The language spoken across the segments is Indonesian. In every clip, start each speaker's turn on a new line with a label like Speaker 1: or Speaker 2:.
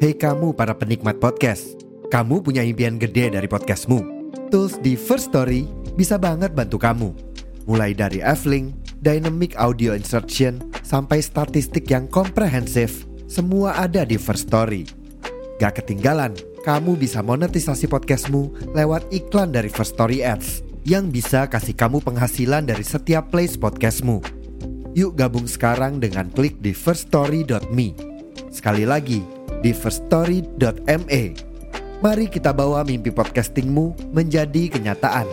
Speaker 1: Hei kamu para penikmat podcast, kamu punya impian gede dari podcastmu. Tools di First Story bisa banget bantu kamu. Mulai dari F-Link, Dynamic Audio Insertion, sampai statistik yang komprehensif, semua ada di First Story. Gak ketinggalan, kamu bisa monetisasi podcastmu lewat iklan dari First Story Ads yang bisa kasih kamu penghasilan dari setiap plays podcastmu. Yuk gabung sekarang dengan klik di firststory.me. Sekali lagi, di firststory.me. Mari kita bawa mimpi podcastingmu menjadi kenyataan.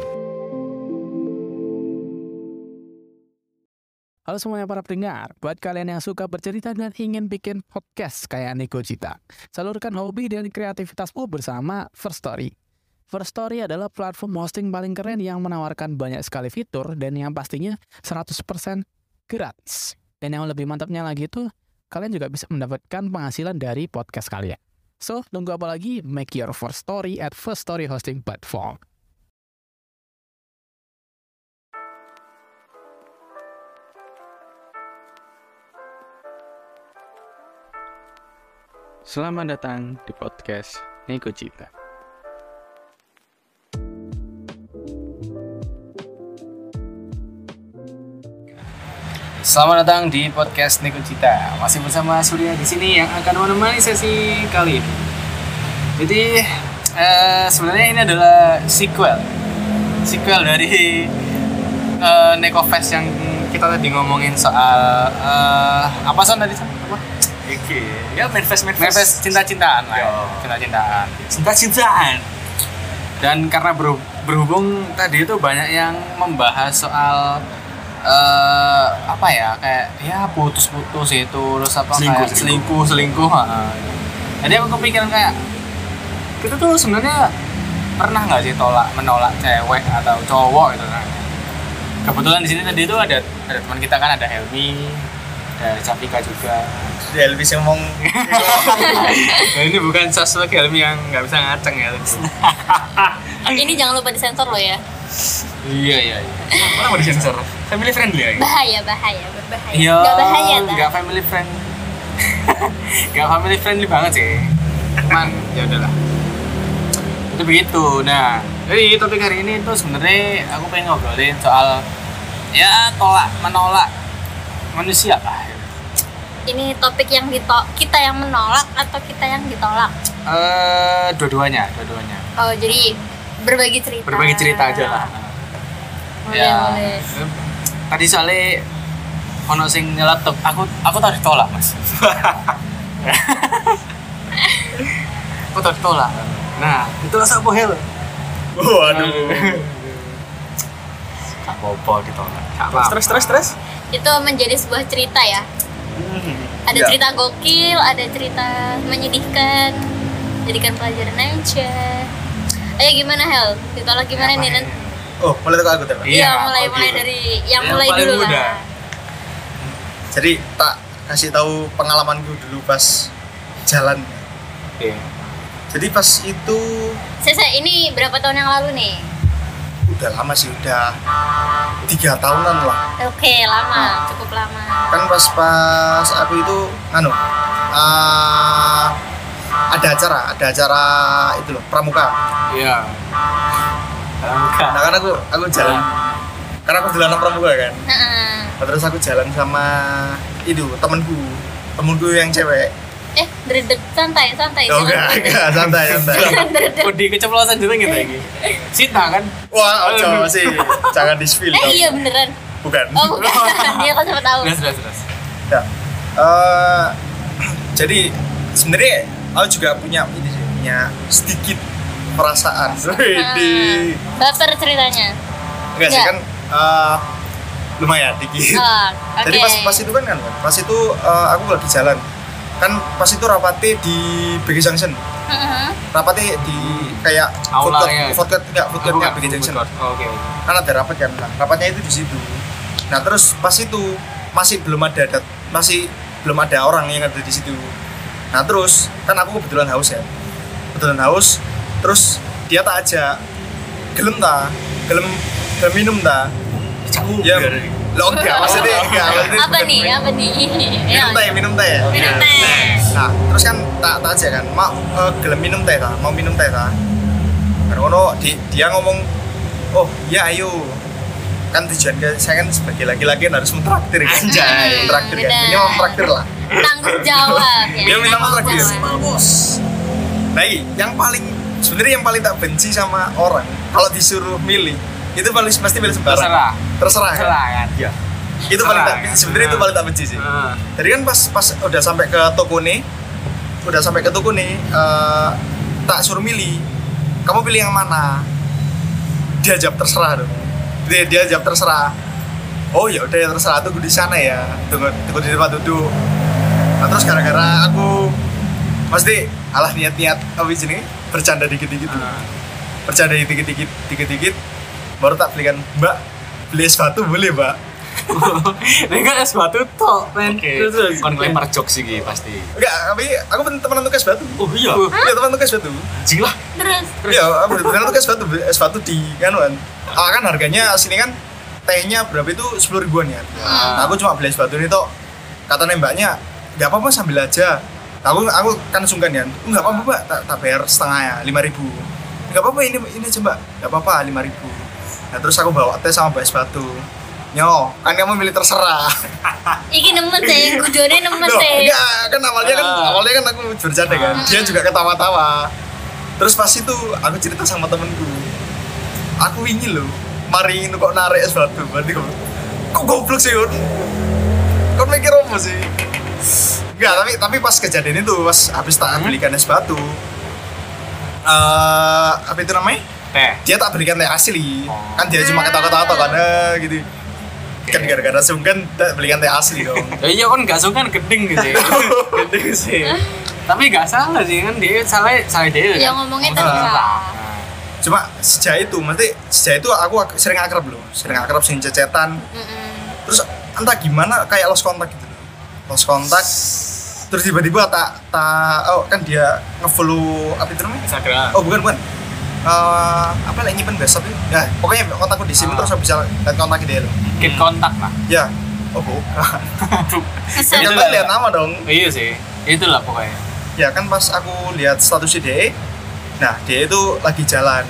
Speaker 2: Halo semuanya para pendengar, buat kalian yang suka bercerita dan ingin bikin podcast kayak Nico Cita, salurkan hobi dan kreativitasmu bersama First Story. First Story adalah platform hosting paling keren yang menawarkan banyak sekali fitur dan yang pastinya 100% gratis. Dan yang lebih mantapnya lagi itu, kalian juga bisa mendapatkan penghasilan dari podcast kalian. So, tunggu apa lagi? Make your first story at First Story Hosting Platform. Selamat datang di podcast Nico Cita. Selamat datang di podcast Nico Cita. Masih bersama Surya di sini yang akan menemani sesi kali ini. Jadi sebenarnya ini adalah sequel dari Neko Fest yang kita tadi ngomongin soal apa son tadi? Apa?
Speaker 3: Ya manifest
Speaker 2: cinta-cintaan lah ya. Cinta-cintaan. Dan karena berhubung tadi itu banyak yang membahas soal apa ya, kayak ya putus-putus itu, terus apa kayak selingkuh. Jadi aku kepikiran kayak kita tuh sebenarnya pernah nggak sih menolak cewek atau cowok gitu kan. Kebetulan di sini tadi itu ada teman kita kan, ada Helmi, ada Cafika juga.
Speaker 3: Helmi sih ngomong.
Speaker 2: Nah, ini bukan sosok Helmi yang nggak bisa ngaceng ya.
Speaker 4: Ini jangan lupa disensor loh ya.
Speaker 2: Iya. Kenapa disensor? Family friendly ya?
Speaker 4: Berbahaya.
Speaker 2: Iya.
Speaker 4: Gak bahaya tak?
Speaker 2: Gak family friend. Gak family friendly banget sih. Cuman ya udahlah. Itu begitu. Nah, jadi topik hari ini tuh sebenarnya aku pengen ngobrolin soal ya menolak manusia lah.
Speaker 4: Ini topik yang kita yang menolak atau kita yang ditolak?
Speaker 2: Dua-duanya.
Speaker 4: Oh, jadi berbagi cerita
Speaker 2: aja lah.
Speaker 4: Boleh.
Speaker 2: Tadi soalnya ono sing nyeletuk, aku tau ditolak, Mas. Aku tau ditolak. Nah, itu rasa apa hel?
Speaker 3: Waduh.
Speaker 2: Gak apa-apa ditolak.
Speaker 3: Terus.
Speaker 4: Itu menjadi sebuah cerita ya. Ada cerita gokil, ada cerita menyedihkan. Jadikan pelajaran aja. Ayo gimana Hel? Ditolak gimana nih nanti?
Speaker 3: Oh, mulai dari aku ya?
Speaker 4: Iya, mulai dari yang mulai dulu lah.
Speaker 3: Jadi tak kasih tahu pengalamanku dulu pas jalan.
Speaker 2: Iya.
Speaker 3: Jadi pas itu
Speaker 4: Ini berapa tahun yang lalu nih?
Speaker 3: udah lama sih, udah 3 tahunan lah.
Speaker 4: Oke, lama, cukup lama.
Speaker 3: Kan pas aku itu ada acara itu loh, pramuka.
Speaker 2: Iya.
Speaker 3: Nah kan aku jalan, karena aku jalan pramuka kan.
Speaker 4: Heeh.
Speaker 3: Terus aku jalan sama itu temenku yang cewek.
Speaker 4: Dredeg santai.
Speaker 3: Oh enggak, santai.
Speaker 2: Kodi keceplosan juga gitu lagi. Sita kan?
Speaker 3: Wah, coba sih, jangan di-spill.
Speaker 4: Iya beneran.
Speaker 3: Bukan.
Speaker 4: Oh bukan, dia kan siapa tahu.
Speaker 2: Terus.
Speaker 3: Ya. Jadi sebenarnya aku juga punya sedikit perasaan.
Speaker 4: Baper ceritanya.
Speaker 3: Enggak sih kan, lumayan dikit.
Speaker 4: Oke.
Speaker 3: Jadi pas itu kan pas itu aku lagi jalan. Kan pas itu rapatnya di BG Junction. Rapatnya di kayak food court BG Junction.
Speaker 2: Oke.
Speaker 3: Kan ada rapat kan. Nah, rapatnya itu di situ. Nah, terus pas itu masih belum ada orang yang ada di situ. Nah, terus kan aku kebetulan haus. Terus dia tak ajak. Gelem minum ta. Ya, Lo enggak, maksudnya enggak.
Speaker 4: Apa nih?
Speaker 3: Minum teh.
Speaker 4: Minum teh.
Speaker 3: Nah, terus kan tak aja kan, gelem minum teh ta, mau minum teh ta. Karena dia ngomong, "Oh, ya ayo." Kan tujuan saya kan sebagai laki-laki harus mentraktir kan.
Speaker 2: Anjay.
Speaker 3: Mentraktir kan. Ini mau mentraktir lah.
Speaker 4: Tanggung jawab ya.
Speaker 3: Dia minta mentraktir.
Speaker 2: Bos.
Speaker 3: Nah, yang paling tak benci sama orang kalau disuruh milih itu pasti pilih sembarang. Terserah kan?
Speaker 2: kan.
Speaker 3: Iya. Itu paling tak
Speaker 2: Kan?
Speaker 3: sebenarnya itu paling tak benci sih. Jadi kan pas udah sampai ke toko nih, tak suruh milih. Kamu pilih yang mana? Dia jawab terserah dong. Dia jawab terserah. Oh ya udah terserah, tunggu di sana ya. Tunggu di tempat duduk. Nah, terus gara-gara aku pasti niat apa sini bercanda dikit-dikit. Bercanda dikit-dikit baru tak belikan, "Mbak, beli es batu boleh, Mbak?"
Speaker 2: Ini kan es batu tok, men. Terus kon lempar jokes iki pasti.
Speaker 3: Enggak, tapi aku teman tukang es batu.
Speaker 2: Oh iya.
Speaker 3: Iya, teman tukang es batu.
Speaker 2: Anjing lah.
Speaker 4: Terus
Speaker 3: Iya, benar tukang es batu di kanuan. Kan harganya sini kan tehnya berapa itu 10 ribuan ya. Nah, aku cuma beli es batu ini tok. Kata mbaknya, "Enggak apa-apa, sambil aja." Aku kan sungkan ya. "Enggak apa-apa, Mbak, tak bayar setengah ya, 5.000." "Enggak apa-apa, ini aja, Mbak." "Enggak apa-apa, 5.000." Nah, terus aku bawa teh sama es batu. Nyo, kan kamu milih terserah.
Speaker 4: iki nemen teh, gujone nemen
Speaker 3: Loh,
Speaker 4: teh.
Speaker 3: enggak, kan awalnya kan aku bercanda kan. Dia juga ketawa-tawa. Terus pas itu aku cerita sama temenku. "Aku ingin loh, mari kok narik es batu." Berarti kok goblok sih, Yun? Kau mikir apa sih? Enggak, tapi pas kejadian itu, pas habis tak belikan es batu, apa itu namanya?
Speaker 2: Teh.
Speaker 3: Dia tak belikan teh asli. Kan dia cuma ketawa-ketawa kan gitu. Kan gara-gara sungkan tak belikan teh asli dong.
Speaker 2: Ya iya kan enggak sungkan gedeng gitu. Gedeng sih. Tapi enggak salah sih kan dia salah dia.
Speaker 4: Ya
Speaker 2: kan?
Speaker 4: ngomongnya terserah.
Speaker 3: Cuma sejak itu aku sering akrab sering cecetan. Terus entah gimana kayak lost contact gitu. Lost contact. Terus tiba-tiba kan dia nge-follow apa itu namanya?
Speaker 2: Instagram.
Speaker 3: Oh, bukan. Apa lagi nyimpen besok itu? Ya, pokoknya kontakku di sini terus aku bisa lihat kontak dia loh.
Speaker 2: Bikin kontak lah.
Speaker 3: Ya. Oh, bukan.
Speaker 4: Kesel.
Speaker 3: Yang lihat nama dong.
Speaker 2: Iya sih. Itulah pokoknya.
Speaker 3: Ya kan pas aku lihat status dia. Nah, dia itu lagi jalan.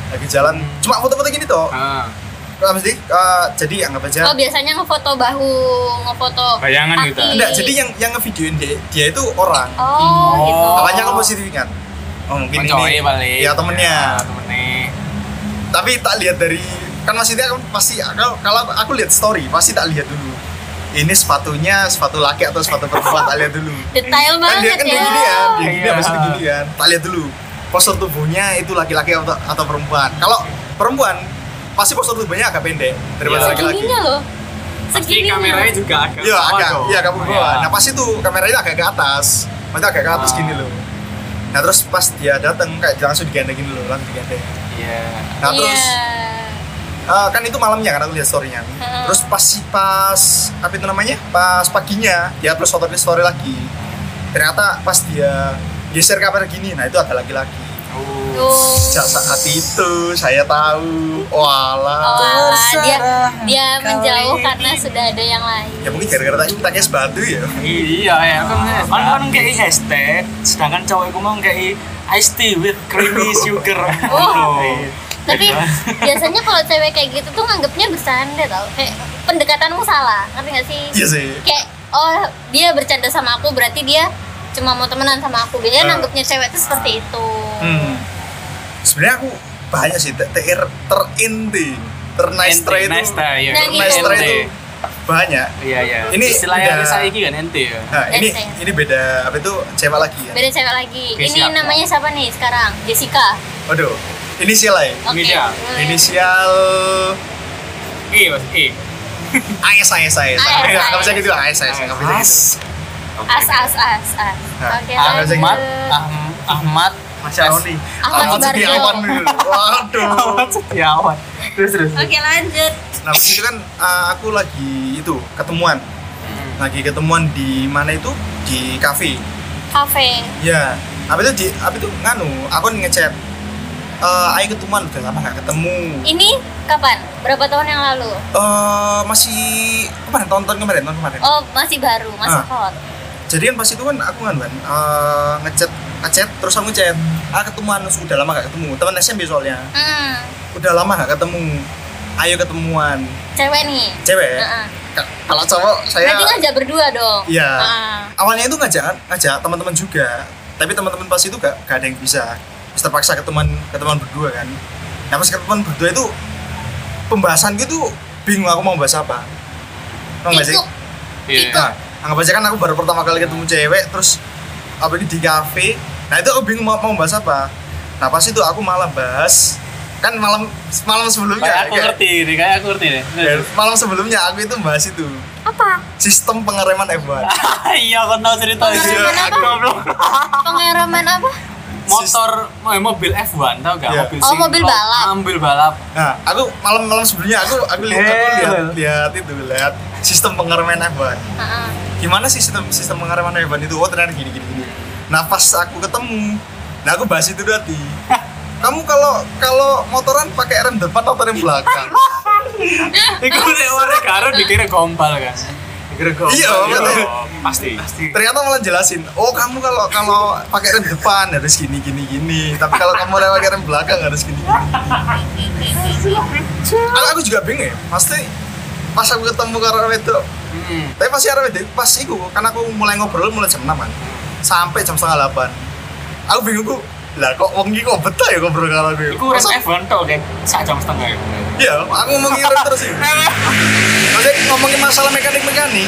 Speaker 3: Cuma foto-foto gini toh. Mesti jadi anggap aja.
Speaker 4: Oh, biasanya ngefoto bahu, ngefoto
Speaker 2: Bayangan
Speaker 4: kaki.
Speaker 2: gitu.
Speaker 3: Enggak, jadi yang ngevideoin dia itu orang.
Speaker 4: Oh, gitu.
Speaker 3: Apanya kamu positif kan? Oh, mungkin ini.
Speaker 2: Paling.
Speaker 3: Ya temennya.
Speaker 2: Temennya.
Speaker 3: Tapi tak lihat dari kan maksudnya kan pasti kalau aku lihat story pasti tak lihat dulu. Ini sepatu laki atau sepatu perempuan tak lihat dulu.
Speaker 4: Detail
Speaker 3: Kan dia
Speaker 4: banget
Speaker 3: kan
Speaker 4: ya.
Speaker 3: dia gini habis itu gini kan. Tak lihat dulu. Postur tubuhnya itu laki-laki atau perempuan. Kalau perempuan pasti postur tubuhnya agak pendek daripada laki-laki.
Speaker 4: Segininya loh.
Speaker 2: Pasti
Speaker 4: Segininya.
Speaker 2: kameranya juga agak.
Speaker 3: Iya, agak ke bawah. Nah,
Speaker 2: Nah,
Speaker 3: pas itu kameranya agak ke atas. Maksudnya agak ke atas gini loh. Nah, terus pas dia datang kayak langsung digandeng gini loh, langsung digandeng.
Speaker 2: Iya.
Speaker 3: Nah, terus
Speaker 4: Iya.
Speaker 3: kan itu malamnya kan aku lihat story-nya. Terus pas apa itu namanya? Pas paginya dia upload story lagi. Ternyata pas dia geser kamera gini, nah itu ada laki-laki.
Speaker 4: Oh.
Speaker 3: Sejak saat itu saya tahu, walah.
Speaker 4: Dia menjauh karena sudah ada yang lain.
Speaker 3: Ya mungkin gara-gara kita es batu ya.
Speaker 2: Iya ya kan kayak es teh, sedangkan cowokku mau kayak iced tea with creamy sugar.
Speaker 4: Oh. Tapi biasanya kalau cewek kayak gitu tuh nganggapnya bercanda tau. Kayak pendekatanmu salah, ngerti gak sih?
Speaker 3: Iya sih.
Speaker 4: Kayak oh dia bercanda sama aku berarti dia cuma mau temenan sama aku. Biasanya nanggapnya cewek tuh seperti itu.
Speaker 3: Sebenarnya aku banyak sih terinti
Speaker 2: Nice tray
Speaker 3: itu banyak.
Speaker 2: Iya.
Speaker 3: Ini
Speaker 2: istilahnya
Speaker 3: udah-
Speaker 2: saiki kan ente ya.
Speaker 3: Nah, ini beda apa itu cewek lagi ya.
Speaker 4: Beda cewek lagi.
Speaker 2: Oke,
Speaker 4: Ini
Speaker 2: siap.
Speaker 4: namanya siapa nih sekarang? Jessica.
Speaker 3: Waduh, inisial ya.
Speaker 4: Oke.
Speaker 2: Inisial.
Speaker 4: boleh.
Speaker 3: Inisial
Speaker 2: Mas.
Speaker 3: AS. Enggak bisa gitu, AS. Enggak bisa gitu.
Speaker 4: As.
Speaker 3: Nah,
Speaker 4: Oke,
Speaker 2: Ahmad.
Speaker 4: lanjut.
Speaker 2: Ahmad.
Speaker 3: Masya Allah nih.
Speaker 4: Ahmad Subarjo.
Speaker 3: Setiawan dulu. Waduh.
Speaker 2: Ahmad Setiawan. Terus.
Speaker 4: Oke, lanjut.
Speaker 3: Nah, waktu itu kan aku lagi ketemuan. Lagi ketemuan di mana itu? Di kafe.
Speaker 4: Cafe.
Speaker 3: Ya. Apa itu nganu, aku ngechat. Ayo ketemuan, udah lama gak ketemu.
Speaker 4: Ini kapan? Berapa tahun yang lalu?
Speaker 3: Masih kemarin tahun kemarin.
Speaker 4: Oh, masih baru, masih hot.
Speaker 3: Jadi kan pas itu kan aku kan ngechat terus aku ngechat ketemuan, udah lama gak ketemu, teman SMP soalnya. Udah lama gak ketemu, ayo ketemuan.
Speaker 4: Cewek nih?
Speaker 3: Cewek. Kalau cowok saya
Speaker 4: berarti ngajak berdua dong?
Speaker 3: Iya. Awalnya itu ngajak teman-teman juga, tapi teman-teman pas itu gak ada yang bisa. Terus terpaksa ketemuan berdua kan. Nah pas ketemuan berdua itu pembahasan gitu bingung aku mau bahas apa. Mau nggak sih? Iya. Anggap aja kan aku baru pertama kali ketemu cewek, terus apa di kafe. Nah itu aku bingung mau bahas apa. Nah pas itu aku malah bahas kan malam sebelumnya.
Speaker 5: Kayak aku ngerti deh.
Speaker 3: Malam sebelumnya aku itu bahas itu.
Speaker 4: Apa?
Speaker 3: Sistem pengereman F1.
Speaker 5: Iya, aku tahu cerita itu.
Speaker 4: Pengereman apa?
Speaker 5: Mobil F1 tau gak?
Speaker 3: Yeah.
Speaker 5: Mobil balap. Mobil balap.
Speaker 3: Nah, aku malam sebelumnya aku lihat sistem pengereman F1. Gimana sih sistem pengereman F1 itu? Oh ternyata gini. Nah pas aku ketemu, nah aku bahas itu tadi. Kamu kalau motoran pakai rem depan atau rem belakang?
Speaker 5: Iku nek ora karo dikira gombal kan.
Speaker 3: Iya,
Speaker 5: pasti.
Speaker 3: Ternyata malah jelasin, oh kamu kalau pakai rem depan harus gini. Tapi kalau kamu pakai rem belakang harus gini. Aku juga bingung ya, pasti pas aku ketemu karo itu. Tapi pasti arah itu pas iku, kan aku mulai ngobrol mulai jam 6 kan. Sampai jam 7:30. Aku bingung lah kok wong iki kok betah ya ngobrol karo aku.
Speaker 5: Iku rem F1 tok kan, 1 jam setengah ya.
Speaker 3: Iya, aku ngomongin rem terus sih. Maksudnya ngomongin masalah mekanik.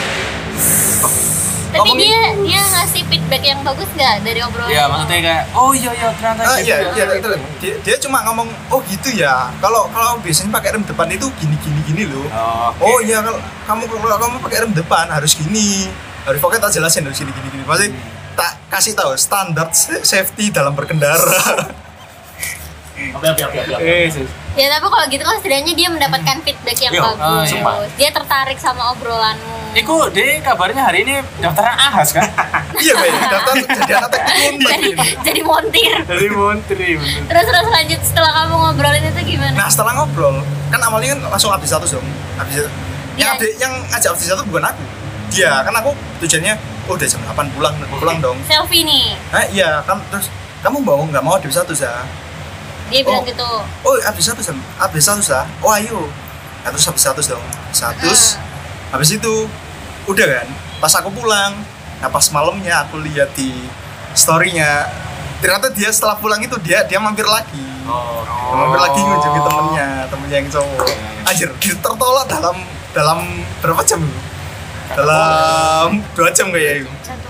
Speaker 4: Tapi dia ngasih feedback yang bagus nggak dari obrolan?
Speaker 5: Iya, maksudnya kayak oh iya ternyata gitu.
Speaker 3: Iya, dia cuma ngomong oh gitu ya. Kalau biasanya pakai rem depan itu gini loh. Oh iya kalau kamu pakai rem depan harus gini. Harus pokoknya tak jelasin harus gini. Maksudnya tak kasih tahu standar safety dalam berkendara.
Speaker 5: Oke.
Speaker 4: Ya tapi kalau gitu kan setidaknya dia mendapatkan feedback yang bagus. Dia tertarik sama obrolanmu.
Speaker 5: Iku deh kabarnya hari ini daftaran ahas kan?
Speaker 3: Iya Bay, daftar jadi anak teknik.
Speaker 4: Jadi montir. Terus lanjut setelah kamu ngobrolin itu gimana?
Speaker 3: Nah setelah ngobrol, kan awalnya kan langsung update status dong. Yang ngajak update status bukan aku. Dia, kan aku tujuannya udah jam 8 pulang dong.
Speaker 4: Selfie nih.
Speaker 3: Iya, kan terus kamu nggak mau update status ya?
Speaker 4: Dia bilang gitu.
Speaker 3: Oh, update status ya? Oh ayo. Nah, terus update status dong. Habis itu udah kan, pas aku pulang, nah pas malamnya aku lihat di story-nya, ternyata dia setelah pulang itu dia mampir lagi. Mampir lagi ngunjungi temennya yang cowok. Anjir, tertolak dalam berapa jam? Dalam 2 jam kayak itu.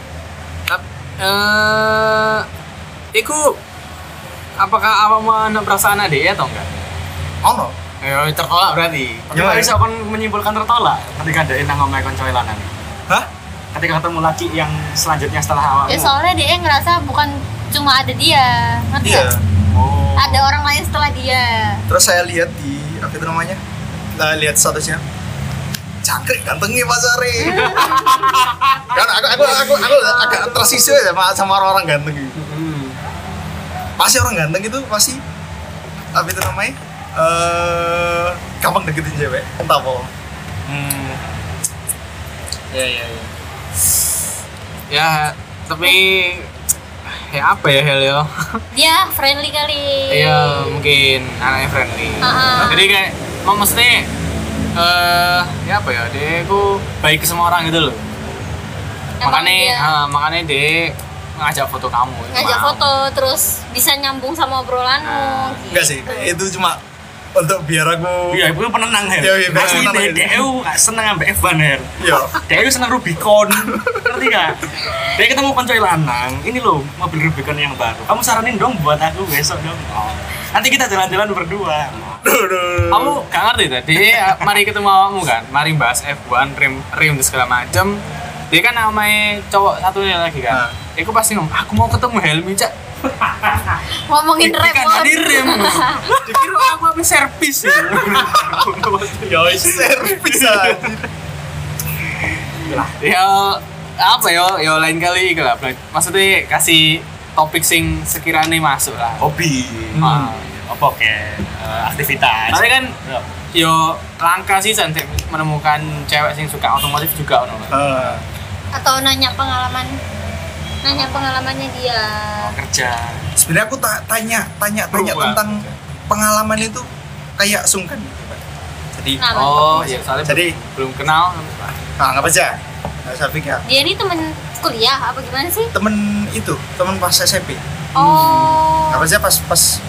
Speaker 5: Iku apakah awakmu ana perasaan adek atau enggak?
Speaker 3: Ono.
Speaker 5: Ya tertolak berarti. Tapi bisa kon menyimpulkan tertolak ketika ada nang omahe kanca lanang.
Speaker 3: Hah?
Speaker 5: Ketika ketemu laki yang selanjutnya setelah awakmu.
Speaker 4: Ya soalnya dia ngerasa bukan cuma ada dia, ngerti ya? Ada orang lain setelah dia.
Speaker 3: Terus saya lihat di apa itu namanya? Lihat statusnya. Cangkrik gantengnya Pak Sari. Kan aku agak tersisih ya sama orang ganteng gitu. Pasti orang ganteng itu pasti apa itu namanya? Gampang deketin cewek, entah apa.
Speaker 5: Ya, tapi ya apa ya Helio?
Speaker 4: Dia friendly kali.
Speaker 5: Iya, mungkin anaknya friendly. Jadi kayak maksudnya ya apa ya, dia ku baik ke semua orang gitu loh. Makanya dia ngajak foto kamu.
Speaker 4: Ngajak foto terus bisa nyambung sama obrolanmu.
Speaker 3: Enggak sih, itu cuma untuk biar aku
Speaker 5: itu penenang ya.
Speaker 3: Iya,
Speaker 5: asli dia seneng ambek F1 ya.
Speaker 3: Iya.
Speaker 5: Dia seneng Rubicon. Ngerti gak? Dia ketemu koncoy lanang, ini loh mobil Rubicon yang baru. Kamu saranin dong buat aku besok dong. Nanti kita jalan-jalan berdua. Kamu gak ngerti tadi, mari ketemu awakmu kan, mari bahas F1, rim segala macam. Dia kan namanya cowok satunya lagi kan. Aku pasti ngomong, aku mau ketemu Helmi Cak.
Speaker 4: Ngomongin rem
Speaker 5: kan di rem. Dikira aku apa servis ya.
Speaker 3: Yoi servis aja.
Speaker 5: Ya apa ya lain kali lah. Maksudnya kasih topik sing sekiranya masuk lah.
Speaker 3: Hobi.
Speaker 5: Apa aktivitas. Tapi kan yo langka sih menemukan cewek sing suka otomotif juga ono.
Speaker 4: Atau nanya pengalamannya dia.
Speaker 5: Kerja.
Speaker 3: Sebenarnya aku tanya tentang pengalaman itu kayak sungkan. Jadi
Speaker 2: Iya, soalnya
Speaker 3: jadi
Speaker 2: belum kenal.
Speaker 3: nggak aja. Safik ya.
Speaker 4: Dia ini temen kuliah apa gimana sih?
Speaker 3: Temen pas SMP.
Speaker 4: Oh.
Speaker 3: Nggak aja pas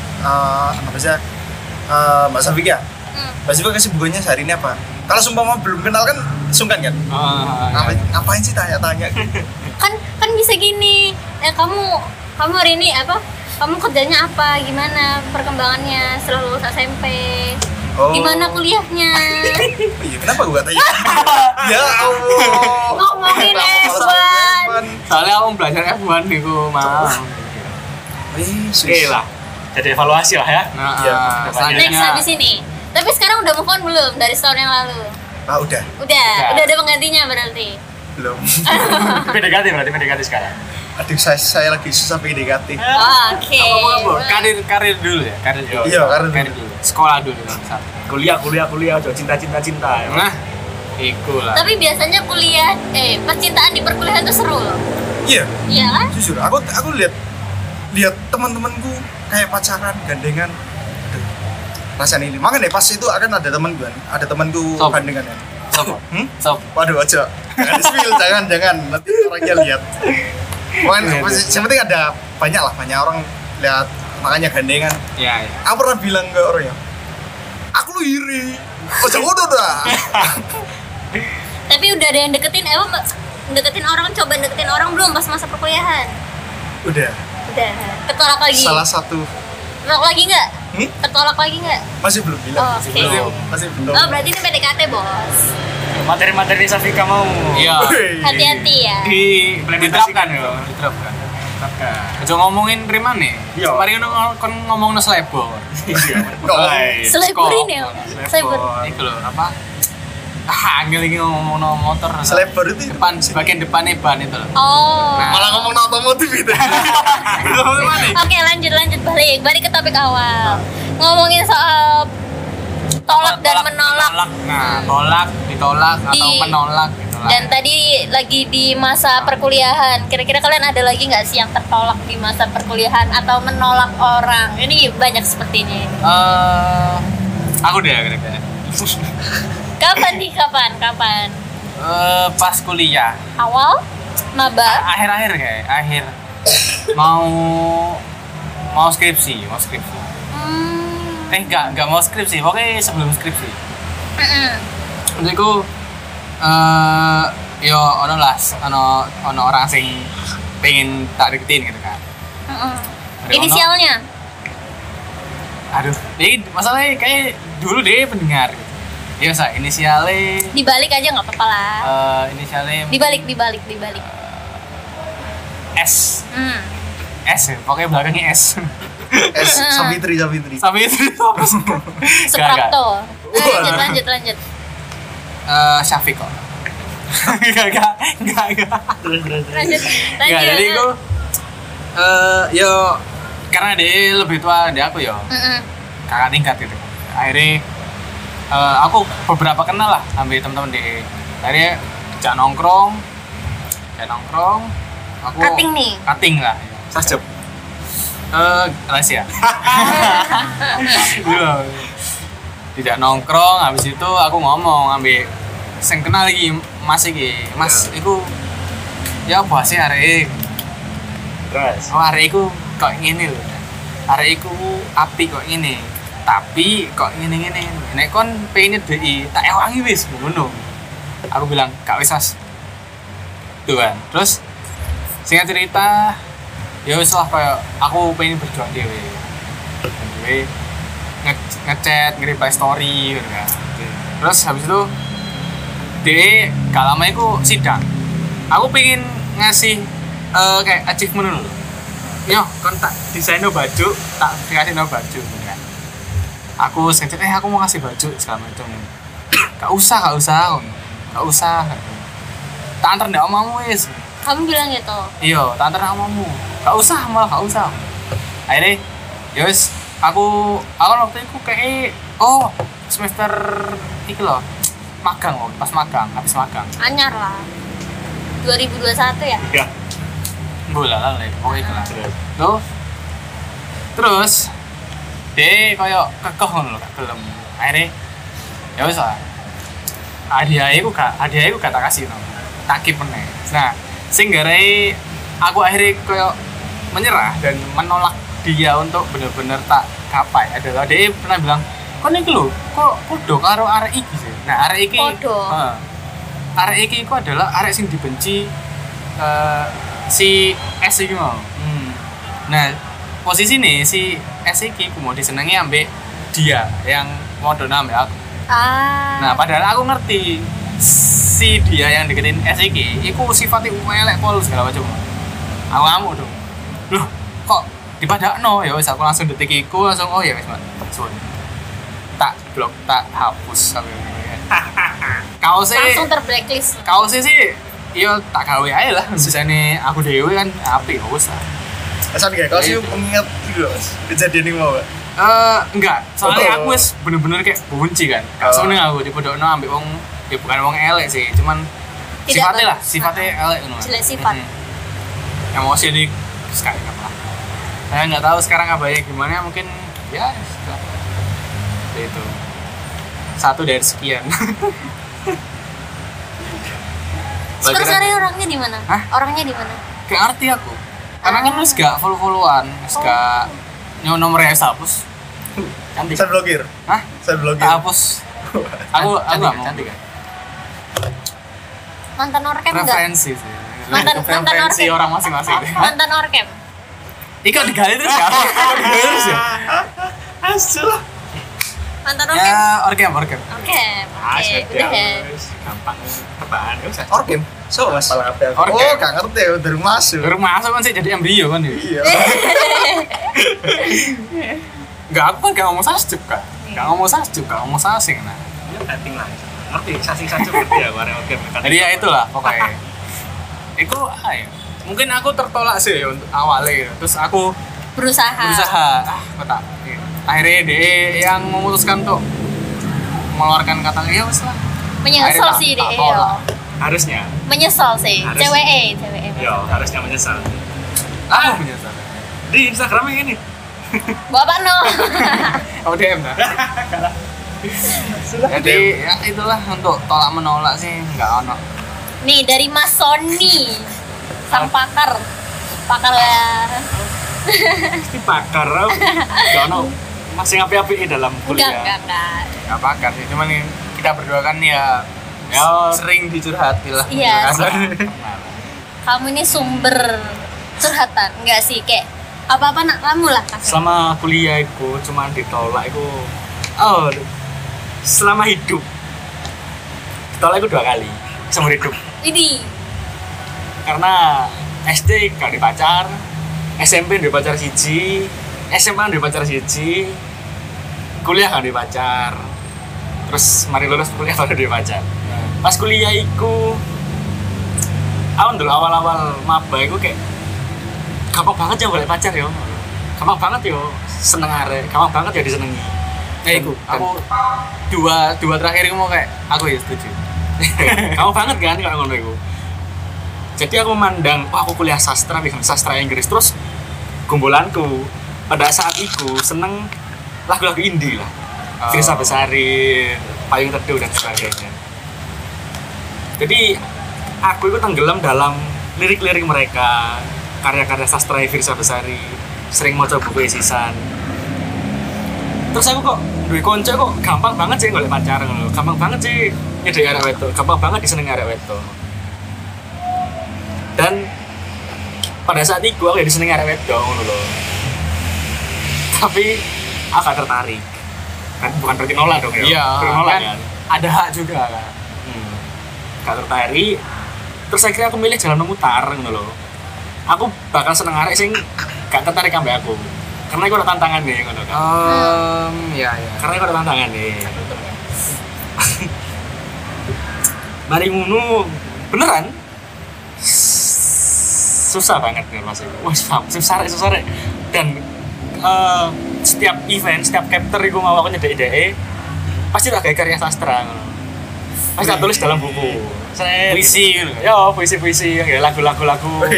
Speaker 3: Mbak Safik ya. Mbak Safik kasih bukunya sehari ini apa? Kalau sumpah belum kenal kan sungkan kan? Ngapain sih tanya-tanya?
Speaker 4: kan bisa gini. Kamu hari ini apa? Kamu kerjanya apa? Gimana perkembangannya setelah lulus SMP? Gimana kuliahnya?
Speaker 3: Iya, kenapa gua tanya? Ya Allah.
Speaker 4: Ngomongin F1.
Speaker 2: Soalnya aku belajar F1 nih ku mau.
Speaker 5: Oke lah. Jadi evaluasi lah ya.
Speaker 3: Iya.
Speaker 4: Next habis ini. Tapi sekarang udah move on belum dari setahun yang lalu?
Speaker 3: Udah
Speaker 4: Udah ada penggantinya berarti.
Speaker 3: belum.
Speaker 5: PDKT berarti sekarang.
Speaker 3: Aduh, saya lagi susah PDKT.
Speaker 4: Oke.
Speaker 2: Karir dulu ya, karir dulu.
Speaker 3: Iya, karir
Speaker 2: dulu. Sekolah dulu.
Speaker 5: Kuliah, coba cinta. Ya.
Speaker 2: Nah, iku lah.
Speaker 4: Tapi biasanya percintaan di perkuliahan tuh seru loh.
Speaker 3: Iya.
Speaker 4: Iya kan?
Speaker 3: Jujur, aku lihat teman-temanku kayak pacaran, gandengan. Aduh, rasanya ini. Makanya pas itu akan ada temanku
Speaker 2: Sob.
Speaker 3: gandengan ya.
Speaker 2: Sob.
Speaker 3: Waduh, aja. Jangan spill, jangan. Nanti orangnya lihat. Pokoknya yang penting ada banyak orang lihat makanya gandengan.
Speaker 2: Iya.
Speaker 3: Aku pernah bilang ke orangnya, aku lu iri. Udah dah.
Speaker 4: Tapi udah ada yang deketin deketin orang belum pas masa perkuliahan?
Speaker 3: Udah.
Speaker 4: Ketolak lagi?
Speaker 3: Salah satu.
Speaker 4: Ketolak lagi nggak? Ketolak lagi nggak?
Speaker 3: Masih belum bilang.
Speaker 4: Oke.
Speaker 3: Masih belum.
Speaker 4: Oh, berarti ini PDKT, Bos.
Speaker 5: Materi Safika mau.
Speaker 2: Iya.
Speaker 4: Hati-hati ya.
Speaker 2: Diterapkan. Aja ngomongin rimane.
Speaker 5: Iya.
Speaker 2: Mari kon ngomongno selebor.
Speaker 4: Selebor ini ya. Selebor.
Speaker 2: Iku lho, apa? Angel iki ngomongno motor.
Speaker 3: Selebor itu
Speaker 2: bagian depannya ban itu loh.
Speaker 4: Oh.
Speaker 3: malah ngomong otomotif itu.
Speaker 4: Oke, lanjut balik ke topik awal. Ngomongin soal tolak dan menolak.
Speaker 2: Nah, ditolak atau menolak gitu lah.
Speaker 4: Dan tadi lagi di masa perkuliahan. Kira-kira kalian ada lagi nggak sih yang tertolak di masa perkuliahan atau menolak orang? Ini banyak seperti ini.
Speaker 2: Aku deh kira-kira.
Speaker 4: Kapan?
Speaker 2: Pas kuliah.
Speaker 4: Awal? Maba?
Speaker 2: Akhir mau skripsi. Enggak mau skripsi, pokoknya sebelum skripsi. Jadi aku yo ono orang sing pengen tak deketin gitu kan.
Speaker 4: Inisialnya?
Speaker 2: Aduh, ini masalahnya kayak dulu deh pendengar gitu. Ya sa, inisialnya
Speaker 4: Dibalik aja nggak apa-apa lah.
Speaker 2: Inisialnya
Speaker 4: Dibalik.
Speaker 2: S. S ya, pokoknya belakangnya S.
Speaker 3: Savitri.
Speaker 4: Suprapto. Lanjut.
Speaker 2: Syafiq kok. Enggak.
Speaker 4: Lanjut.
Speaker 2: Jadi aku yo karena dia lebih tua dari aku yo. Kakak tingkat gitu. Akhirnya aku beberapa kenal lah ambil teman-teman di. Akhirnya ajak nongkrong. Aku Cutting lah.
Speaker 3: Sajep.
Speaker 2: Rahasia. Tidak nongkrong, habis itu aku ngomong ambil sing kenal lagi Mas iku ya apa sih arek
Speaker 5: Terus
Speaker 2: arek iku kok ngene lho. Arek iku apik kok ngene. Tapi kok ngene-ngene. Nek kon pengen DI tak ewangi wis ngono. Aku bilang, "Kak wis Mas." Tuh kan. Terus singkat cerita ya wis lah kayak aku pengen berjuang dhewe. Ngechat, nge-reply story gitu kan. Terus habis itu dia gak lama itu sidang. Aku pengen ngasih kayak achievement dulu. Yo, kon tak desaino baju, tak dikasih baju gitu kan. Aku ngechat aku mau ngasih baju segala macam. Gak usah. Tak antar ndak omamu wis.
Speaker 4: Kamu bilang gitu?
Speaker 2: Iya, tak antar omamu. Gak usah. Akhirnya yos aku waktu itu kayak semester iki loh magang, habis magang
Speaker 4: anyar lah 2021 ya?
Speaker 5: Iya.
Speaker 2: Bola lah pokoknya iku lah. Tuh. Terus dia koyo kekeh ngono lho, gak gelem. Akhirnya ya wis lah. Hadiahku gak tak kasih no. Tak keep meneh. Nah, sing garai aku akhirnya koyo menyerah dan menolak dia untuk bener-bener tak gapai adalah dia pernah bilang, "Kok niki lho, kok podo karo arek iki sih?" Nah, arek iki arek iki iku adalah arek sing dibenci si S iki mau. Nah, posisi nih si S iki ku mau disenengi ambek dia yang modona ambek aku. Nah, padahal aku ngerti si dia yang deketin S iki iku sifatnya elek pol segala macam. Aku ngamuk dong. Loh, kok dipadakno? Ya wis aku langsung detik iku langsung oh ya wis, Mas. Sun. Tak blok, tak hapus sampe kaos
Speaker 4: Langsung terblacklist.
Speaker 5: Kaos sih yo tak gawe ae lah. Sisane aku dhewe kan apik wis lah.
Speaker 3: Asal kayak kau sih mengingat gitu Mas. Kejadian ini mau.
Speaker 5: Enggak, soalnya aku wis bener-bener kayak benci kan. Gak seneng aku dipodokno ambek wong ya bukan wong elek sih, cuman sifatnya elek ngono.
Speaker 4: Jelek sifat.
Speaker 5: Emosi di sekali apa. Saya nggak tahu sekarang abahnya gimana, mungkin ya itu. Satu dari sekian.
Speaker 4: Sebenarnya orangnya di mana?
Speaker 5: Hah?
Speaker 4: Orangnya di mana?
Speaker 5: Gak ngerti aku. Karena kan wis gak follow-followan, wis gak nomornya hapus. Cantik.
Speaker 3: Saya blokir.
Speaker 5: Hah?
Speaker 3: Saya blokir.
Speaker 5: Tak hapus. Aku nggak mau.
Speaker 2: Cantik kan?
Speaker 4: Mantan orkem enggak?
Speaker 5: Preferensi sih.
Speaker 4: Mantan
Speaker 5: Preferensi
Speaker 4: orkem.
Speaker 5: orang masing-masing.
Speaker 4: Mantan orkem.
Speaker 5: Ika digali terus ya? Digali terus ya?
Speaker 3: Asal.
Speaker 4: Mantan orkem.
Speaker 5: Ya, orkem.
Speaker 4: Oke, udah ya.
Speaker 5: Gampang tebakan.
Speaker 3: Orkim. So Mas.
Speaker 5: Orkem.
Speaker 3: Oh, gak ngerti ya dari masuk.
Speaker 5: Baru masuk kan sih jadi embrio kan ya?
Speaker 3: Iya.
Speaker 5: Enggak, aku kan gak ngomong sasjuk kan? Gak ngomong sasjuk, gak ngomong sasing nah.
Speaker 6: Ya penting lah. Ngerti, sasing-sasing ngerti ya bareng oke.
Speaker 5: Jadi ya itulah pokoknya. Itu ya. Mungkin aku tertolak sih ya untuk awalnya. Terus aku
Speaker 4: Berusaha.
Speaker 5: kok tak. Akhirnya dia yang memutuskan untuk mengeluarkan kata ya wes lah.
Speaker 4: Menyesal
Speaker 5: Akhirnya
Speaker 4: sih
Speaker 5: tak
Speaker 4: deh.
Speaker 5: tolak.
Speaker 6: Harusnya.
Speaker 4: Menyesal sih.
Speaker 6: Harus.
Speaker 4: Cewek.
Speaker 6: Yo, harusnya menyesal.
Speaker 5: Aku menyesal.
Speaker 6: Di Instagramnya ini.
Speaker 4: Bapak no.
Speaker 5: Oh DM dah. Jadi ya itulah untuk tolak menolak sih nggak ono.
Speaker 4: Nih dari Mas Sony, sang pakar ya.
Speaker 6: Pasti pakar. Gak ono masih api-api dalam kuliah.
Speaker 4: Enggak.
Speaker 5: Nggak pakar sih, cuman kita berdua kan ya sering dicurhati lah.
Speaker 4: Iya.
Speaker 5: Curhatan.
Speaker 4: Kamu ini sumber curhatan, enggak sih kayak apa-apa nak kamu lah kasih.
Speaker 6: Selama kuliah itu cuma ditolak itu selama hidup ditolak itu 2 kali seumur hidup.
Speaker 4: Ini
Speaker 6: Karena SD gak dipacar, SMP di pacar siji, SMA di pacar siji, kuliah gak dipacar. Terus mari lulus kuliah baru di pacar. Pas kuliah iku dulu awal-awal maba iku kayak gampang banget ya boleh pacar yo. Gampang banget yo seneng arek, gampang banget ya disenengi.
Speaker 5: Iku aku dua terakhir mau kayak aku ya setuju.
Speaker 6: Gampang banget kan kalau ngono iku. Jadi aku memandang, aku kuliah sastra, bikin sastra Inggris terus gombolanku pada saat itu seneng lagu-lagu indie lah. Firsa Besari, Payung Teduh dan sebagainya. Jadi aku itu tenggelam dalam lirik-lirik mereka, karya-karya sastra Firsa Besari, sering maca buku isisan. Terus aku kok duwe konco kok gampang banget sih golek pacar ngono. Gampang banget sih nyedek arek wedok, gampang banget disenengi arek wedok. Dan pada saat itu aku ya disenengi arek wedok ngono lho. Tapi aku gak tertarik. Kan bukan berarti nolak dong ya.
Speaker 5: Iya,
Speaker 6: nolak
Speaker 5: kan ada hak juga kan.
Speaker 6: Gak tertarik. Terus akhirnya aku milih jalan memutar ngono lho. Aku bakal seneng arek sing gak tertarik ambek aku. Karena aku ada tantangan nih ngono kan.
Speaker 5: Iya.
Speaker 6: Karena aku ada tantangan nih. Mari ngono beneran susah banget nih Mas. Wah, susah rek. Dan setiap event, setiap chapter iku mau aku nyedek-nyedek pasti tak gawe karya sastra ngono. Pas tak tulis dalam buku.
Speaker 5: Puisi gitu.
Speaker 6: Yo, puisi-puisi, ya lagu-lagu.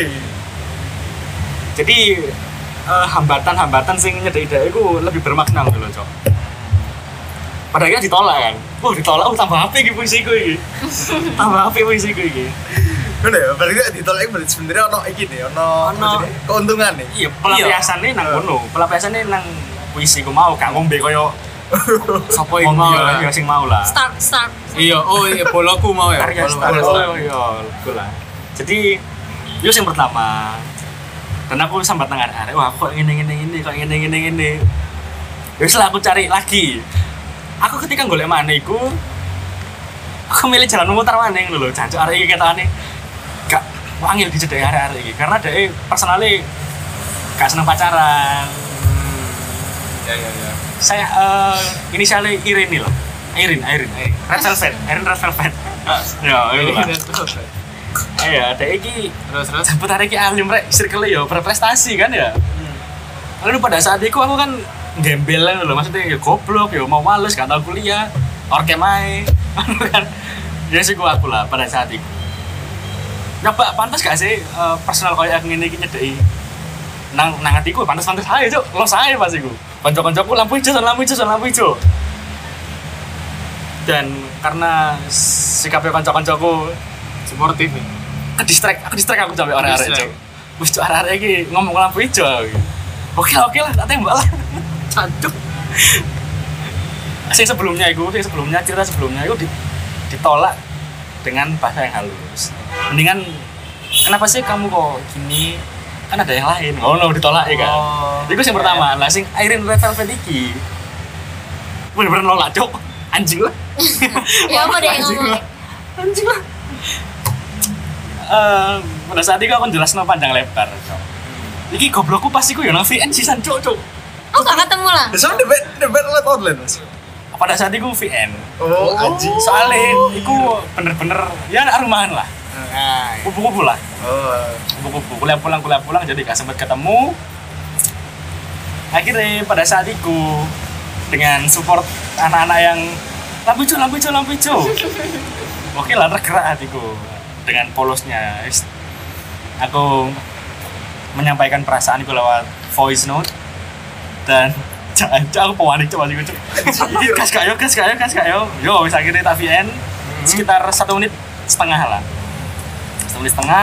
Speaker 6: Jadi hambatan-hambatan sing nyedek-nyedek itu lebih bermakna gitu loh, Cok. Padahal kan ditolak kan. Ditolak, tambah HP iki puisiku iki. Tambah HP puisiku iki.
Speaker 3: Ngono ya, berarti nek ditolak berarti sebenarnya ono iki nih, ono keuntungan nih.
Speaker 6: Iya, pelampiasane nang kono. Pelampiasane nang puisiku mau gak ngombe koyo
Speaker 5: Sopo yang mau lah.
Speaker 6: Ya sing mau lah.
Speaker 4: Start.
Speaker 5: Iya, boloku mau ya.
Speaker 6: Karya start. Oh iya, betul lah. Jadi itu yang pertama. Dan aku sambat nang arek-arek, wah kok ngene kok ngene. Wis lah aku cari lagi. Aku ketika golek maneh iku aku milih jalan muter maneh lho, jancuk arek iki ketane gak wangil dicedhek arek-arek iki karena dhek personale gak seneng pacaran.
Speaker 5: Ya.
Speaker 6: Saya inisialnya Irin lah. Irin. Red Velvet. Red Velvet. Ya, itu lah. Iya, dhek iki
Speaker 5: Terus.
Speaker 6: jemput arek iki alim rek, circle yo berprestasi kan ya. Lalu pada saat itu aku kan gembel lho, maksudnya ya goblok, ya mau males, gak tau kuliah, orke mae, kan. Ya sih aku lah pada saat itu. Nyoba pantas gak sih personal kayak ngene iki nyedeki. Nang hatiku pantas aja, Cuk. Los ae pas iku. Kanca-kancaku lampu hijau. Dan karena sikapnya kanca-kancaku
Speaker 5: Sportif nih.
Speaker 6: aku distract aku sampai arek-arek, Cuk. Wis Cuk arek-arek iki ngomong lampu hijau. Oke lah, tak tembak lah. Cancuk. Cerita sebelumnya itu ditolak dengan bahasa yang halus. Mendingan kenapa sih kamu kok gini? Kan ada yang lain. Oh no, ditolak ya kan. Itu yang pertama. Lah sing Irin Red Velvet iki bener-bener nolak, Cuk. Anjing lah.
Speaker 4: Ya apa deh ngomong.
Speaker 6: Anjing lah. Pada saat itu aku jelasno panjang lebar, Cuk. Iki goblokku pasti ku yo nang VN sisan, Cuk.
Speaker 4: Oh, gak ketemu lah.
Speaker 3: Sama debat lewat online, Mas.
Speaker 6: Pada saat itu VN.
Speaker 3: Oh, anjing.
Speaker 6: Soalnya iku bener-bener ya anak rumahan lah.
Speaker 5: Nah,
Speaker 6: Kupu-kupu lah.
Speaker 3: Oh.
Speaker 6: Kupu-kupu kuliah pulang jadi gak sempet ketemu. Akhirnya pada saat itu dengan support anak-anak yang lampu hijau. Oke lah, tergerak hatiku dengan polosnya. Aku menyampaikan perasaanku lewat voice note dan aku panik coba sih. Gas kayo. Yo, wis akhirnya tak VN sekitar 1 menit setengah lah. 1 menit setengah.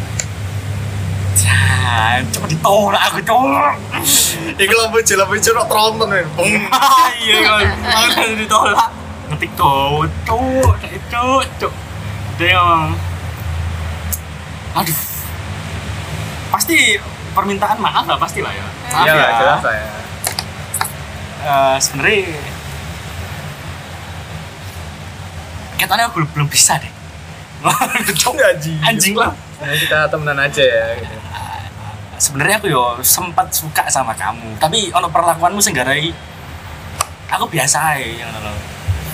Speaker 6: Coba ditolak aku, Cuk.
Speaker 3: Iki lampu hijau nak tronton nih.
Speaker 6: Iya kan, ditolak. Ngetik Cuk. Dia ngomong, aduh, pasti permintaan maaf lah, pasti lah ya. Maaf
Speaker 5: iya,
Speaker 6: ya.
Speaker 5: jelas lah ya.
Speaker 6: Sebenarnya katanya aku belum bisa deh. Anjing lah.
Speaker 5: Nah, kita temenan aja ya gitu.
Speaker 6: Sebenarnya aku yo sempat suka sama kamu, tapi ono perlakuanmu sing garai aku biasa ae ngono lho.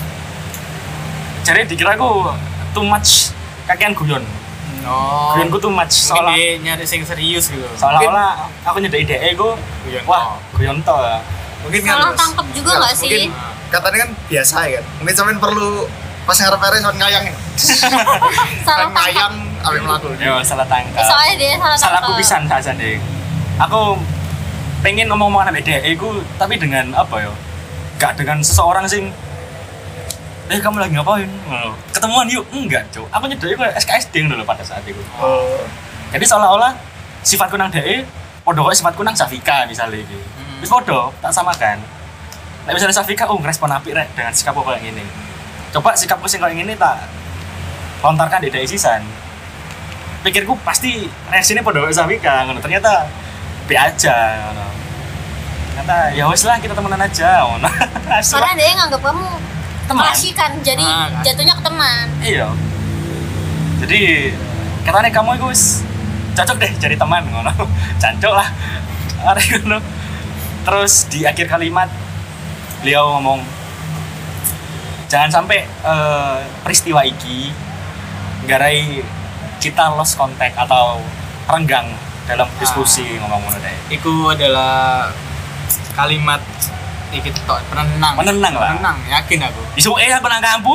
Speaker 6: Jadi dikira aku too much kakean guyon. Guyonku too much
Speaker 5: Soalnya nyari sing serius gitu.
Speaker 6: seolah-olah aku nyedek ide ego.
Speaker 5: Guyon
Speaker 6: Wah, guyon to.
Speaker 3: Mungkin kan
Speaker 4: Salah
Speaker 3: Mas.
Speaker 4: tangkep juga nggak sih?
Speaker 3: Mungkin katanya kan biasa ya kan. Mungkin sampean perlu pas ngarep-ngarep sampean ngayangin.
Speaker 4: Salah tangkep.
Speaker 3: Ngayang apa mlaku.
Speaker 6: Yo salah tangkap.
Speaker 4: Soalnya dia salah tangkep.
Speaker 6: Salahku pisan saja deh. Aku pengen ngomong-ngomong sama ide ego tapi dengan apa yo? Gak dengan seseorang sing kamu lagi ngapain? Ketemuan yuk? Enggak, Cuk. Aku nyedek iku SKSD ngono lho pada saat itu.
Speaker 3: Oh.
Speaker 6: Jadi seolah-olah sifatku nang DE padha kok sifatku nang Safika misalnya iki. Wis padha, tak samakan. Nek misalnya Safika ngerespon apik rek dengan sikapku kayak gini. Coba sikapku sing kayak gini tak lontarkan di DE sisan. Pikirku pasti reaksinya padha kok Safika ngono. Ternyata be aja ngono. Ternyata ya wis lah kita temenan aja ngono.
Speaker 4: Karena dia nganggap kamu
Speaker 6: Teman.
Speaker 4: kasihkan, jadi jatuhnya ke teman.
Speaker 6: Iya. Jadi katanya kamu itu wis cocok deh jadi teman ngono. Cancok lah. Arek ngono. Terus di akhir kalimat beliau ngomong jangan sampai peristiwa iki garai kita lost contact atau renggang dalam diskusi ngomong ngono deh.
Speaker 5: Iku adalah kalimat iki tok penenang.
Speaker 6: Menenang lah.
Speaker 5: Menenang, yakin aku.
Speaker 6: Isu aku nang kampus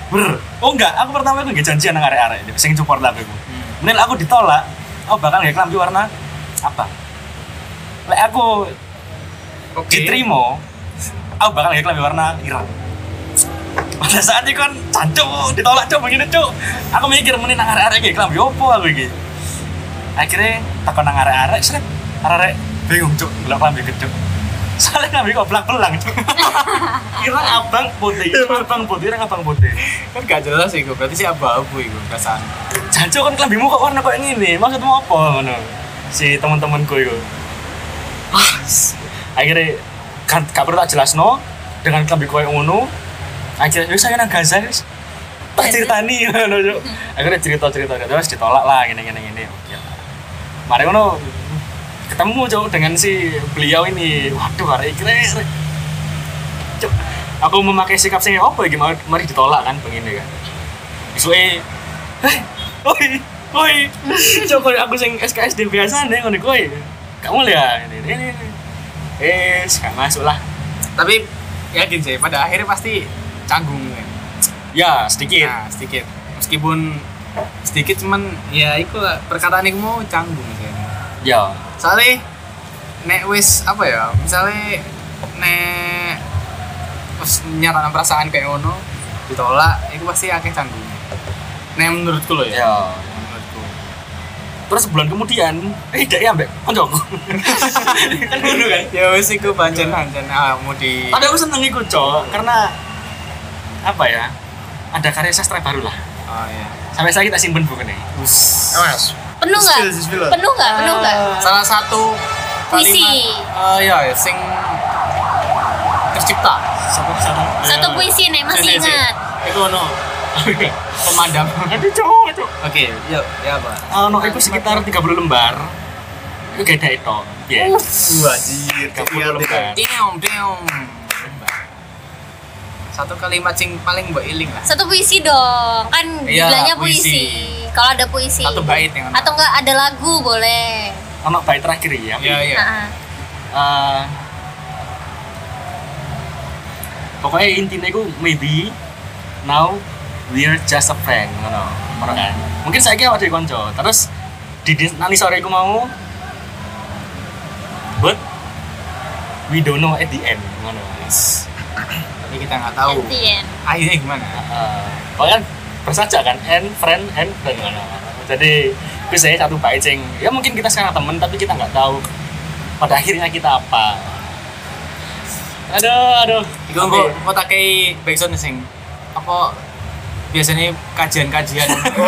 Speaker 6: Oh enggak, aku pertama aku nggak janjian nang arek-arek sing support aku. Menil aku ditolak, aku bakal nggak klambi warna apa? Lek aku diterima, aku bakal nggak klambi warna ireng. Pada saat itu kan cancuk, ditolak cuk begini cuk. Aku mikir menil nang arek-arek nggak klambi opo aku iki. Akhirnya takon nang arek-arek, sret arek bingung cuk, nggak klambi kecuk. Soalnya klambi kok belang-belang cuk. Kira abang putih, abang putih.
Speaker 5: Kan gak jelas iku, berarti si abu-abu iku perasaan.
Speaker 6: Jancuk kan klambimu kok warna kayak gini, maksudmu apa ngono? Si teman-temanku itu. Akhirnya kan gak perlu tak jelasno dengan klambi kayak ngono. Akhirnya saya nang Gaza wis. Tak ceritani ngono yo. Akhirnya cerita-cerita terus ditolak lah gini. Oke. Mari ngono ketemu Cuk dengan si beliau ini. Waduh arek iki rek. Cuk, aku memakai sikap sing opo iki mari ditolak kan begini kan. Isuke Oi. Cuk aku sing SKSD biasa nih ngono kowe. Kamu lihat ini. Gak masuk lah.
Speaker 5: Tapi yakin sih pada akhirnya pasti canggung kan.
Speaker 6: Ya, sedikit.
Speaker 5: Nah, sedikit. Meskipun sedikit cuman ya iku lah perkataan iku mau canggung sih.
Speaker 6: Ya.
Speaker 5: Soalnya nek wis apa ya? Misalnya nek wis nyatakan perasaan kayak ngono ditolak, itu pasti akeh canggung. Nek menurutku loh ya.
Speaker 6: Ya. Menurutku. Terus sebulan kemudian, dak ya ambek koncoku. Kan ngono kan.
Speaker 5: Ya wis iku pancen mau di.
Speaker 6: Tapi aku seneng iku, Cok, karena apa ya? Ada karya sastra baru lah.
Speaker 5: Oh iya.
Speaker 6: Sampai saya kita simpen bukunya.
Speaker 3: Mas.
Speaker 4: Penuh nggak? Penuh nggak?
Speaker 5: Salah satu
Speaker 4: Puisi.
Speaker 5: Iya, sing tercipta.
Speaker 4: Satu puisi nih masih ingat.
Speaker 5: Iku ono pemadam.
Speaker 6: Aduh, Cok.
Speaker 5: Oke, yuk, ya apa?
Speaker 6: Ono iku sekitar 30 lembar. Iku gede itu. Ya.
Speaker 3: Anjir,
Speaker 6: 30 lembar.
Speaker 5: Diom. Satu kalimat sing paling mbok iling lah.
Speaker 4: Satu puisi dong, kan
Speaker 5: Iya,
Speaker 4: bilangnya
Speaker 5: puisi.
Speaker 4: puisi. Kalau ada puisi.
Speaker 5: Satu bait yang
Speaker 4: Atau enggak ada lagu boleh.
Speaker 6: Ono bait terakhir ya.
Speaker 5: Iya.
Speaker 6: Pokoknya intinya itu maybe now we're just a friend ngono kan. Mungkin saya kira ada konco terus nanti sore aku mau but we don't know at the end ngono.
Speaker 5: Tapi kita nggak tahu akhirnya gimana.
Speaker 6: Pokoknya bersaja kan friend ngono. Jadi saya satu bait sing ya mungkin kita sekarang temen tapi kita nggak tahu pada akhirnya kita apa. Aduh.
Speaker 5: Iku mau tak kayak backsound sing apa biasanya kajian-kajian.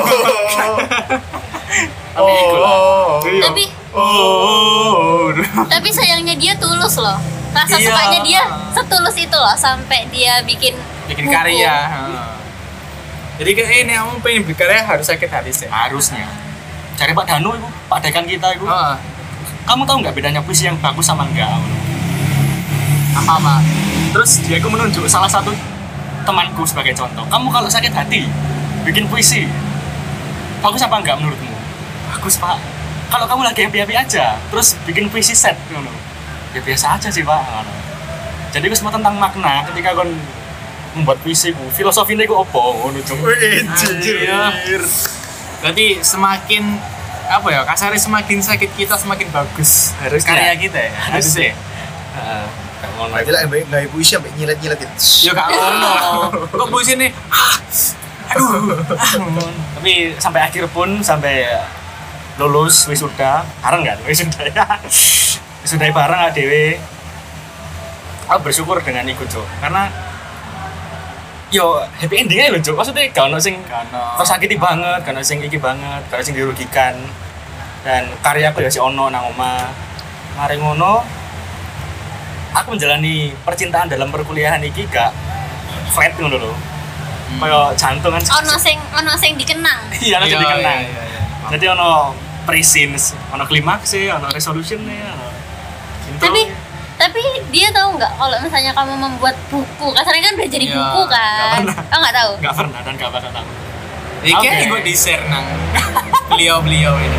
Speaker 4: Tapi sayangnya dia tulus loh. Rasa sukanya dia setulus itu loh sampai dia bikin buku.
Speaker 5: Karya. Jadi kayak ini kamu pengen berkarya harus sakit hati sih.
Speaker 6: Harusnya. Cari Pak Danu itu, Pak Dekan kita itu. Kamu tahu nggak bedanya puisi yang bagus sama enggak?
Speaker 5: Apa?
Speaker 6: Terus dia itu menunjuk salah satu temanku sebagai contoh. Kamu kalau sakit hati bikin puisi, bagus apa enggak menurutmu? Bagus Pak. Kalau kamu lagi happy aja, terus bikin puisi set, ya biasa aja sih Pak. Jadi itu semua tentang makna. Ketika kau membuat puisi, filosofinya itu apa?
Speaker 3: Anjir.
Speaker 5: Berarti semakin apa ya? Kasarnya semakin sakit kita semakin bagus.
Speaker 6: Harus
Speaker 5: karya kita ya. Harusnya.
Speaker 3: Berarti lah nggak puisi sampai nyilet-nyiletin.
Speaker 5: Ya kak ono. Kok puisi nih? Aduh.
Speaker 6: Tapi sampai akhir pun sampai lulus wisuda, bareng kan wisuda ya. Wisuda bareng adewe. Aku bersyukur dengan itu, Cok. Karena yo happy endingnya lho, Cok. Maksudnya gak ono sing tersakiti banget, gak ono sing iki banget, gak ono sing dirugikan. Dan karyaku ya si ono nang omah. Mari ngono aku menjalani percintaan dalam perkuliahan iki gak flat ngono lho. Kayak jantung kan.
Speaker 4: Ono sing dikenang.
Speaker 6: Iya, ono dikenang. Jadi ono pre-scenes, ono klimaks sih, ono resolution nih, ono.
Speaker 4: Tapi dia tahu nggak kalau misalnya kamu membuat buku, kasarnya kan udah jadi buku kan? Nggak tahu.
Speaker 6: Nggak pernah dan nggak bakal tahu.
Speaker 5: Ini gue di-share nang beliau ini.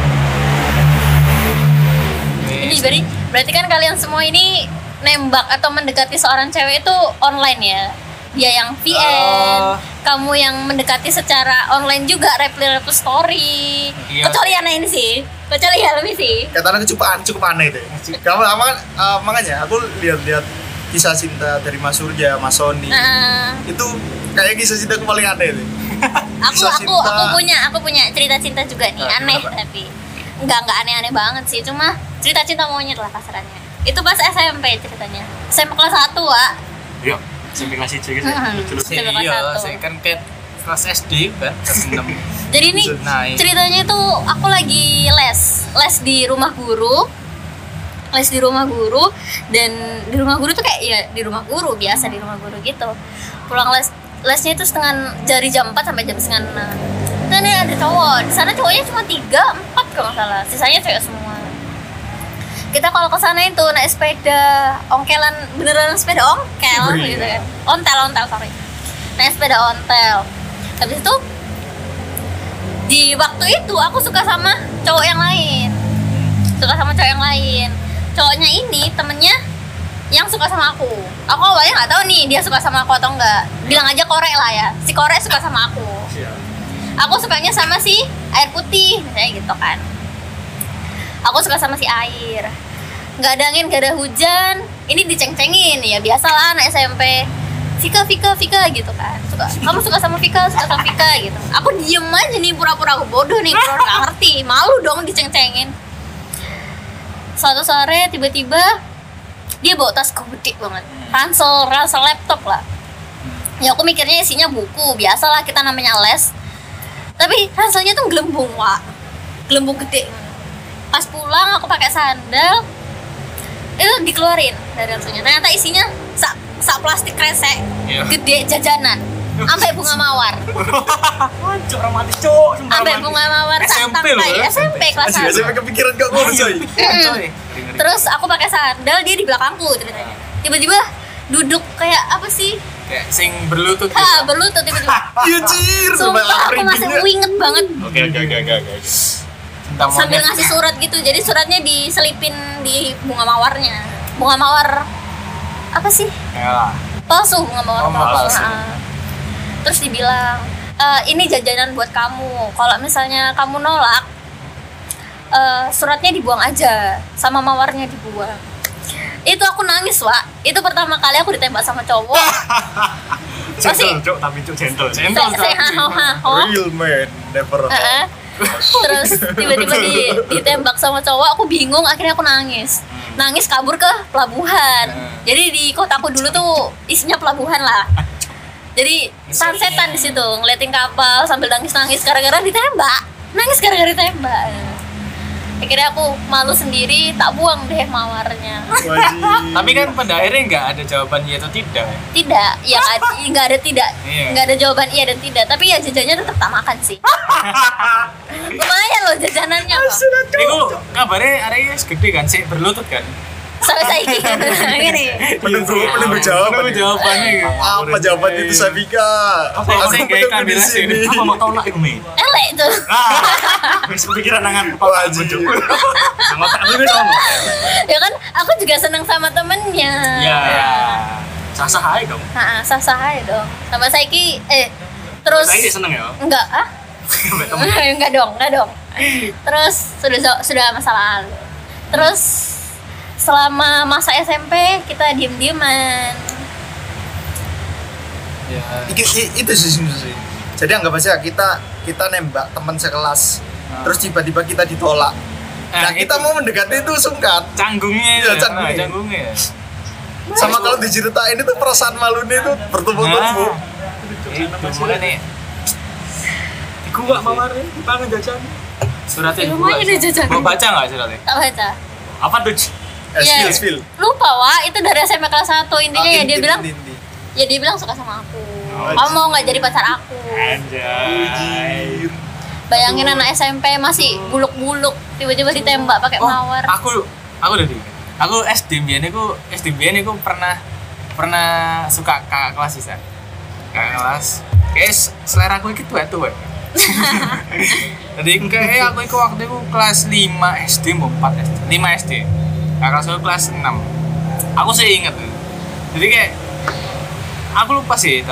Speaker 4: Ini berarti kan kalian semua ini nembak atau mendekati seorang cewek itu online ya? Dia yang VN, kamu yang mendekati secara online juga reply story.
Speaker 5: Iya.
Speaker 4: Kecuali Ana ini sih. Kecuali Helmi sih.
Speaker 3: Katanya cukup aneh deh. Kamu makanya aku lihat kisah cinta dari Mas Surya, Mas Sony. Itu kayak kisah cinta aku paling aneh deh.
Speaker 4: Aku punya cerita cinta juga nih, aneh tapi enggak aneh-aneh banget sih, cuma cerita cinta monyet lah kasarannya. Itu pas SMP ceritanya. SMP kelas 1, Wak.
Speaker 5: Iya, SMP kelas 1 gitu.
Speaker 6: Iya, saya kan kayak kelas SD kan, kelas 6.
Speaker 4: Jadi ini ceritanya itu aku lagi les di rumah guru. Les di rumah guru, dan di rumah guru tuh kayak ya di rumah guru biasa, di rumah guru gitu. Pulang lesnya itu dari jam 4 sampai jam setengah 6. Dan ada cowok di sana, cowoknya cuma 3-4 kalau nggak salah, sisanya cewek semua. Kita kalau ke sana itu naik sepeda onkelan, beneran sepeda onkel gitu kan, ontel sorry, naik sepeda ontel. Habis itu di waktu itu aku suka sama cowok yang lain, cowoknya ini temennya yang suka sama aku awalnya nggak tahu nih dia suka sama aku atau enggak, bilang aja korek lah ya, si korek suka sama aku sukanya sama si air putih misalnya gitu kan. Aku suka sama si air, nggak ada angin, nggak ada hujan, ini diceng-cengin ya biasalah anak SMP. Vika gitu kan, kamu suka sama Vika gitu. Aku diem aja nih, pura-pura aku bodoh nih, pura-pura nggak ngerti, malu dong diceng-cengin. Suatu sore tiba-tiba dia bawa tas gede banget, ransel laptop lah. Ya aku mikirnya isinya buku, biasalah kita namanya les. Tapi ranselnya tuh gelembung gede. Pas pulang aku pakai sandal, itu dikeluarin dari ranselnya. Ternyata isinya sak plastik kresek, gede jajanan, sampai bunga mawar.
Speaker 5: Cuk romantis cuk,
Speaker 4: sampai bunga mawar SMP kelas 1.
Speaker 3: SMP kepikiran kok ngono coy.
Speaker 4: Terus aku pakai sandal, dia di belakangku ceritanya. Tiba-tiba duduk kayak apa sih?
Speaker 6: Kayak sing berlutut.
Speaker 4: Berlutut tiba-tiba.
Speaker 3: Iya cir.
Speaker 4: Sumpah aku masih inget banget.
Speaker 5: Oke.
Speaker 4: Sambil ngasih surat gitu, jadi suratnya diselipin di bunga mawarnya. Bunga mawar apa sih? Palsu, bunga mawar palsu. Terus dibilang, ini jajanan buat kamu. Kalau misalnya kamu nolak, suratnya dibuang aja, sama mawarnya dibuang. Itu aku nangis, Wak. Itu pertama kali aku ditembak sama cowok.
Speaker 5: Gentle, Cuk, tapi Cuk gentle.
Speaker 3: Real man, never.
Speaker 4: Terus tiba-tiba ditembak sama cowok, aku bingung, akhirnya aku nangis kabur ke pelabuhan. Jadi di kotaku dulu tuh isinya pelabuhan lah. Jadi sunsetan di situ, ngeliatin kapal sambil nangis gara-gara ditembak. Akhirnya aku malu sendiri, tak buang deh mawarnya.
Speaker 6: Tapi kan pada akhirnya nggak ada jawaban iya atau tidak ya?
Speaker 4: Tidak, ya nggak ada tidak, nggak ada jawaban iya dan tidak. Tapi ya jajannya tetap tak makan sih. Lumayan loh jajanannya kok.
Speaker 6: Itu kabarnya area gede kan, sih berlutut kan?
Speaker 4: Sampai saiki gini.
Speaker 3: Menunggu
Speaker 6: jawabannya.
Speaker 3: Apa jawaban itu Sabika?
Speaker 6: Apa sih kayak kambil sini?
Speaker 5: Apa mau tolak itu, Mi?
Speaker 4: Elek tuh.
Speaker 5: Wis kepikiran nangan kepala Cuk. Sama tak lu ngomong.
Speaker 4: Ya kan aku juga seneng sama temennya.
Speaker 5: Ya. Sah-sah aja dong.
Speaker 4: Sah-sah aja dong. Sama saiki terus
Speaker 5: Saiki seneng ya?
Speaker 4: Enggak, enggak dong. Terus sudah masa lalu. Terus selama masa SMP kita diem-dieman.
Speaker 3: Ya. Itu sih. Jadi anggap aja kita nembak teman sekelas, terus tiba-tiba kita ditolak. Nah kita mau mendekati itu sungkan.
Speaker 6: Canggungnya
Speaker 3: ya,
Speaker 6: itu. Canggungnya.
Speaker 3: Sama kalau diceritain itu perasaan malunya itu bertumpuk-tumpuk.
Speaker 6: Itu makanya.
Speaker 5: Gua mawarnya dipangan jajan.
Speaker 6: Suratnya
Speaker 4: lumayan jajan.
Speaker 6: Mau baca nggak suratnya?
Speaker 4: Tak baca.
Speaker 5: Apa tuh?
Speaker 3: Spill.
Speaker 4: Lupa, Wak. Itu dari SMP kelas 1. Intinya ya dia bilang suka sama aku. Kamu mau nggak jadi pacar aku?
Speaker 5: Anjay.
Speaker 4: Bayangin anak SMP masih buluk-buluk, tiba-tiba ditembak pakai mawar.
Speaker 6: Aku udah di. Aku SD biyen iku pernah suka kakak kelas sih. Kakak kelas. Kayak selera aku iki tuwek-tuwek. Jadi kayak aku waktu itu kelas 5 SD, 5 SD. Kakak saya kelas 6. Aku sih inget. Jadi kayak aku lupa sih, tapi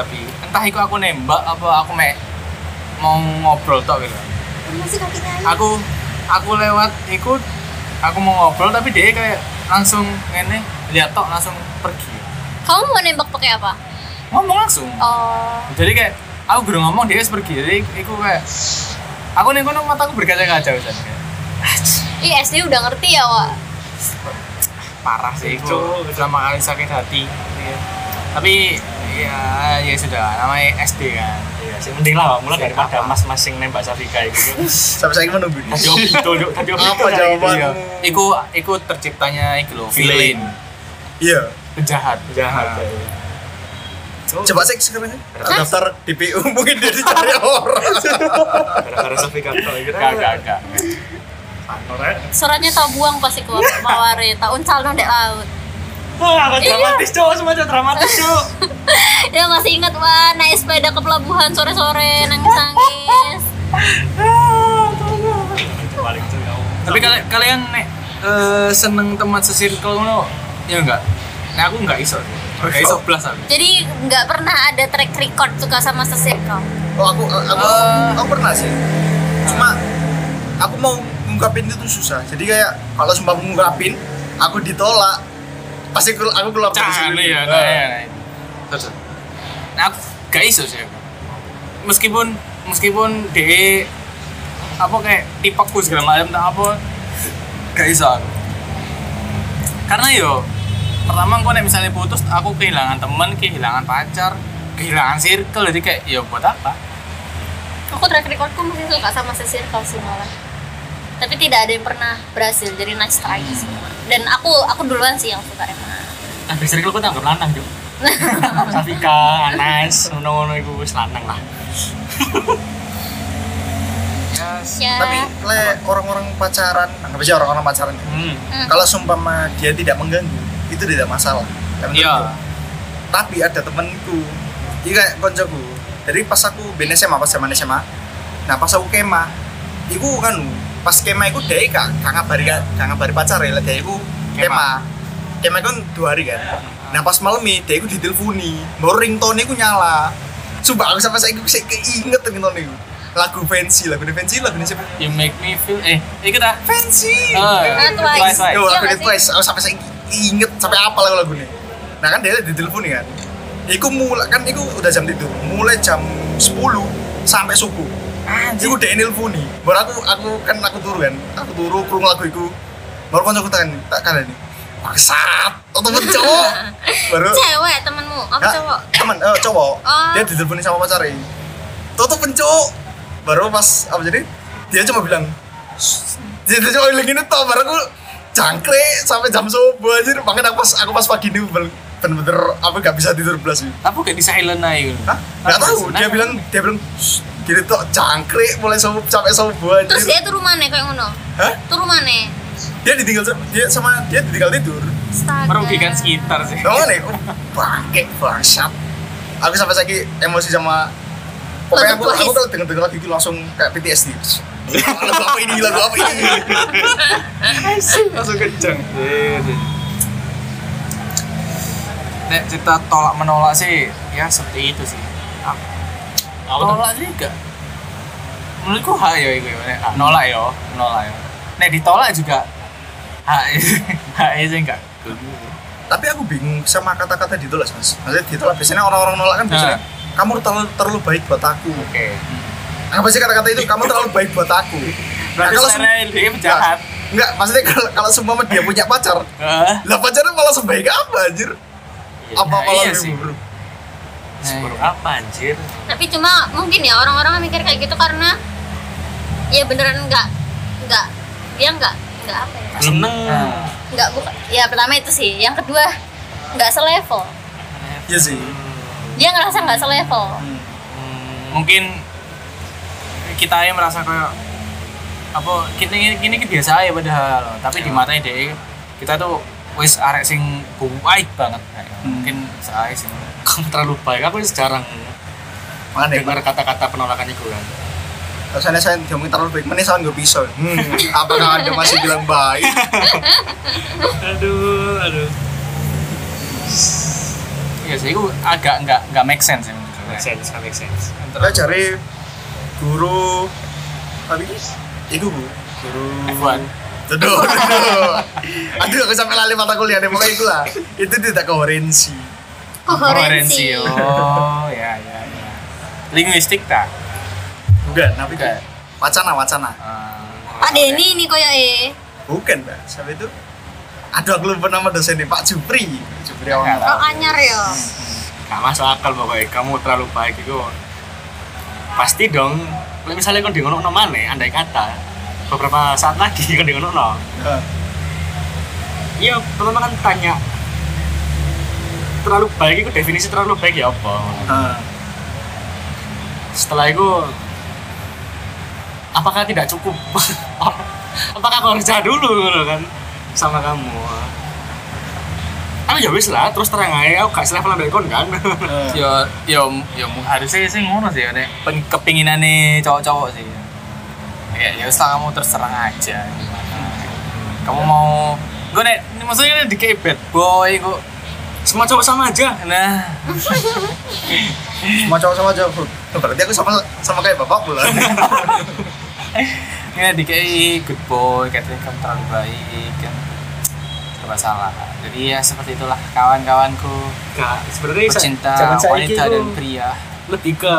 Speaker 6: entah iku aku nembak apa aku mau ngobrol tok gitu.
Speaker 4: Masih kakinya.
Speaker 6: Aku lewat ikut aku mau ngobrol tapi dia kayak langsung ngene lihat tok langsung pergi.
Speaker 4: Kamu mau nembak pakai apa?
Speaker 6: Ngomong langsung.
Speaker 4: Oh.
Speaker 6: Jadi kayak aku belum ngomong dia pergi. Jadi aku kayak aku ning kono mataku berkaca-kaca wisan kayak.
Speaker 4: Ih, SD udah ngerti ya, Wak.
Speaker 6: Parah sih itu pertama kali sakit hati. Tapi ya sudah namanya SD kan.
Speaker 5: Iya, sih mending lah Wak, mulai daripada mas-mas sing nembak Safika itu.
Speaker 3: Sampai saya menunggu.
Speaker 5: Tadi
Speaker 3: Apa jawabanmu?
Speaker 6: Iya. Iku terciptanya iku lho, villain.
Speaker 3: Iya.
Speaker 6: Penjahat.
Speaker 5: Jahat.
Speaker 3: Coba cek sekarang daftar DPU mungkin dia dicari orang.
Speaker 5: Gara-gara Safika tok iki.
Speaker 6: Gak.
Speaker 4: Suratnya tak buang pasti keluar maware, tak uncal nang dek laut.
Speaker 5: Wah, dramatis cok, semacam dramatis cok.
Speaker 4: Dia masih ingat wah naik sepeda ke pelabuhan sore-sore nangis-nangis.
Speaker 5: Balik tuh kamu.
Speaker 6: Tapi kalian seneng teman sesirkel ngono ya enggak? Nah aku enggak iso. Enggak iso blas aku.
Speaker 4: Jadi nggak pernah ada track record suka sama sesirkel.
Speaker 3: Oh aku pernah sih. Cuma aku mau ngungkapin itu susah. Jadi kayak kalau sumpah ngungkapin, aku ditolak. Pasti aku keluar dari sini.
Speaker 6: Ya, terus. Nah aku gak iso sih. Meskipun de apa kayak tipeku segala macam tak apa gak iso aku. Karena yo pertama aku nek misalnya putus aku kehilangan teman, kehilangan pacar, kehilangan circle jadi kayak ya buat apa?
Speaker 4: Aku track recordku masih suka sama sesirkel sih malah. Tapi tidak ada yang pernah berhasil, jadi nice try semua. Dan aku duluan sih yang suka emang.
Speaker 5: Tapi circle ku tanggap lanang cok. Safika, Anas, ngono-ngono iku wis lanang lah.
Speaker 4: Ya.
Speaker 3: Tapi orang-orang pacaran, anggap aja orang-orang pacaran. Kalau sumpama dia tidak mengganggu, itu tidak masalah.
Speaker 6: Iya.
Speaker 3: Tapi ada temenku, dia kayak koncoku. Jadi pas aku ben SMA, pas zaman SMA. Nah pas aku kemah, iku kan pas kemah iku dia ngabari pacar ya, dia iku kemah. Kemah kan 2 hari kan. Nah pas malam dia iku diteleponi, baru ringtone iku nyala. Sumpah aku sampai saiki keinget ringtone iku. Lagu Fancy siapa?
Speaker 6: You make me feel ikut ah
Speaker 3: Fancy.
Speaker 4: Twice.
Speaker 3: Yo,
Speaker 4: Iya
Speaker 3: aku
Speaker 4: nggak sih?
Speaker 3: Twice. Aku sampai saiki inget sampai apa lagunya. Nah kan dia diteleponi kan. Iku mulai kan iku udah jam tidur. Mulai jam 10 sampai subuh. Iku dia nelponi. Baru aku turu kan. Aku turu krungu lagu iku. Baru kancaku tak kandani. Maksat, temen cowok. Baru
Speaker 4: Cewek temenmu, apa cowok?
Speaker 3: Temen cowok.
Speaker 4: Oh.
Speaker 3: Dia diteleponi sama pacarnya. Tutup pencok. Baru pas apa jadi? Dia cuma bilang dia cuma bilang gini toh, baru aku jangkrik sampai jam subuh anjir. Makanya aku pas pagi ini bener-bener apa gak bisa tidur belas sih.
Speaker 6: Aku kayak di silent aja.
Speaker 3: Hah? Gak tahu. Dia bilang gini toh jangkrik mulai sampai subuh anjir.
Speaker 4: Terus dia turu mana kayak ngono?
Speaker 3: Hah?
Speaker 4: Turu mana?
Speaker 3: Dia ditinggal tidur.
Speaker 4: Astaga.
Speaker 6: Merugikan sekitar sih.
Speaker 3: Tahu nih, bangke bangsat. Aku sampai lagi emosi sama pokoknya aku kalau denger lagi langsung kayak PTSD. Lagu apa ini? Langsung kenceng.
Speaker 6: Nek cerita tolak menolak sih ya seperti itu sih. Tolak sih enggak. Menurutku hak ya itu ya. Nolak ya. Nek ditolak juga hak sih enggak.
Speaker 3: Tapi aku bingung sama kata-kata ditolak, Mas. Maksudnya ditolak biasanya orang-orang nolak kan biasanya kamu terlalu baik buat aku.
Speaker 6: Oke.
Speaker 3: Apa sih kata-kata itu? Kamu terlalu baik buat aku. Nah,
Speaker 6: Kalau dia penjahat.
Speaker 3: Enggak, maksudnya kalau semua dia punya pacar, lah pacarnya malah sebaik apa anjir? Apa malah
Speaker 6: iya sih.
Speaker 3: bro?
Speaker 5: Seperti apa anjir?
Speaker 4: Tapi cuma mungkin ya orang-orang mikir kayak gitu karena ya beneran enggak apa ya?
Speaker 5: Seneng.
Speaker 4: Enggak bukan. Ya pertama itu sih, yang kedua enggak selevel.
Speaker 3: Iya sih.
Speaker 4: Dia ngerasa enggak selevel.
Speaker 6: Mungkin kita yang merasa kayak apa kini biasa ya padahal, tapi di matanya dia kita tuh wis arek sing baik banget. Mungkin saya sih
Speaker 5: Kamu terlalu baik. Aku jarang
Speaker 3: Mana
Speaker 5: dengar kata-kata penolakan itu kan.
Speaker 3: Rasanya saya diomongin terlalu baik, mana saya nggak bisa. Apakah Anda masih bilang baik?
Speaker 5: Aduh.
Speaker 6: Iya sih, itu agak nggak make sense ya menurut saya.
Speaker 5: make sense.
Speaker 3: Kita cari guru apa ini? Iku guru
Speaker 5: F1.
Speaker 3: Aduh, aku sampai lali mata kuliah deh, pokoknya itu lah. Itu tidak koherensi.
Speaker 4: Koherensi.
Speaker 5: Oh, ya. Linguistik tak?
Speaker 3: Bukan, tapi wacana.
Speaker 4: Pak Denny ini koyo
Speaker 3: Bukan, Mbak. Sampai itu aduh aku lupa nama dosennya, Pak Jupri
Speaker 5: Nggak
Speaker 3: Ono.
Speaker 4: Oh anyar ya.
Speaker 5: Gak masuk akal pokoknya, kamu terlalu baik itu. Pasti dong, kalau misalnya kau di ngono mana, andai kata beberapa saat lagi kau di ngono. Iya, pertama kan tanya terlalu baik itu definisi terlalu baik ya apa? Setelah itu apakah tidak cukup? Apakah kau harus dulu gitu kan sama kamu? Tapi ya wis lah, terus terang aja aku gak selevel ambek kon kan.
Speaker 6: Yo harusnya sih ngono sih nek kepinginane cowok-cowok sih. Ya wis lah, kamu terserah aja gimana. Kamu mau gue nek maksudnya di kayak bad boy kok
Speaker 5: Semua cowok sama aja.
Speaker 6: nah
Speaker 3: Semua cowok sama aja, Bro. Berarti aku sama kayak bapak pula.
Speaker 6: ini di kayak good boy katanya kamu terlalu baik kan serba salah. Jadi ya seperti itulah kawan-kawanku
Speaker 5: Gak, sebenarnya
Speaker 6: pecinta
Speaker 5: zaman saiki
Speaker 6: wanita
Speaker 5: itu
Speaker 6: dan pria.
Speaker 5: lebih ke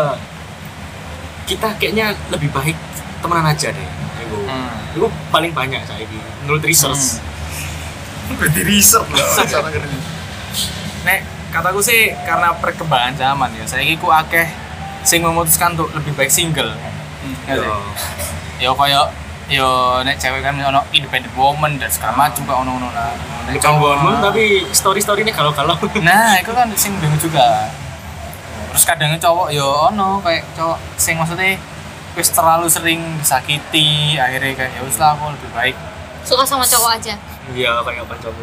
Speaker 5: kita kayaknya lebih baik temenan aja deh. Itu paling banyak saiki menurut research.
Speaker 3: Berarti riset lah.
Speaker 6: Nek kataku sih karena perkembangan zaman ya saya ku akeh sing memutuskan untuk lebih baik single. Ya sih. Yo koyo yo nek cewek kan ono independent woman dan segala macam kok ono lah. Nek
Speaker 5: Bukan bonus tapi story ini kalau
Speaker 6: nah, itu kan sing bingung juga. Terus kadang cowok yo ono kayak cowok sing maksudnya wis terlalu sering disakiti, akhirnya kayak ya wis lah aku lebih baik.
Speaker 4: Suka sama cowok aja.
Speaker 5: iya kayak kancamu.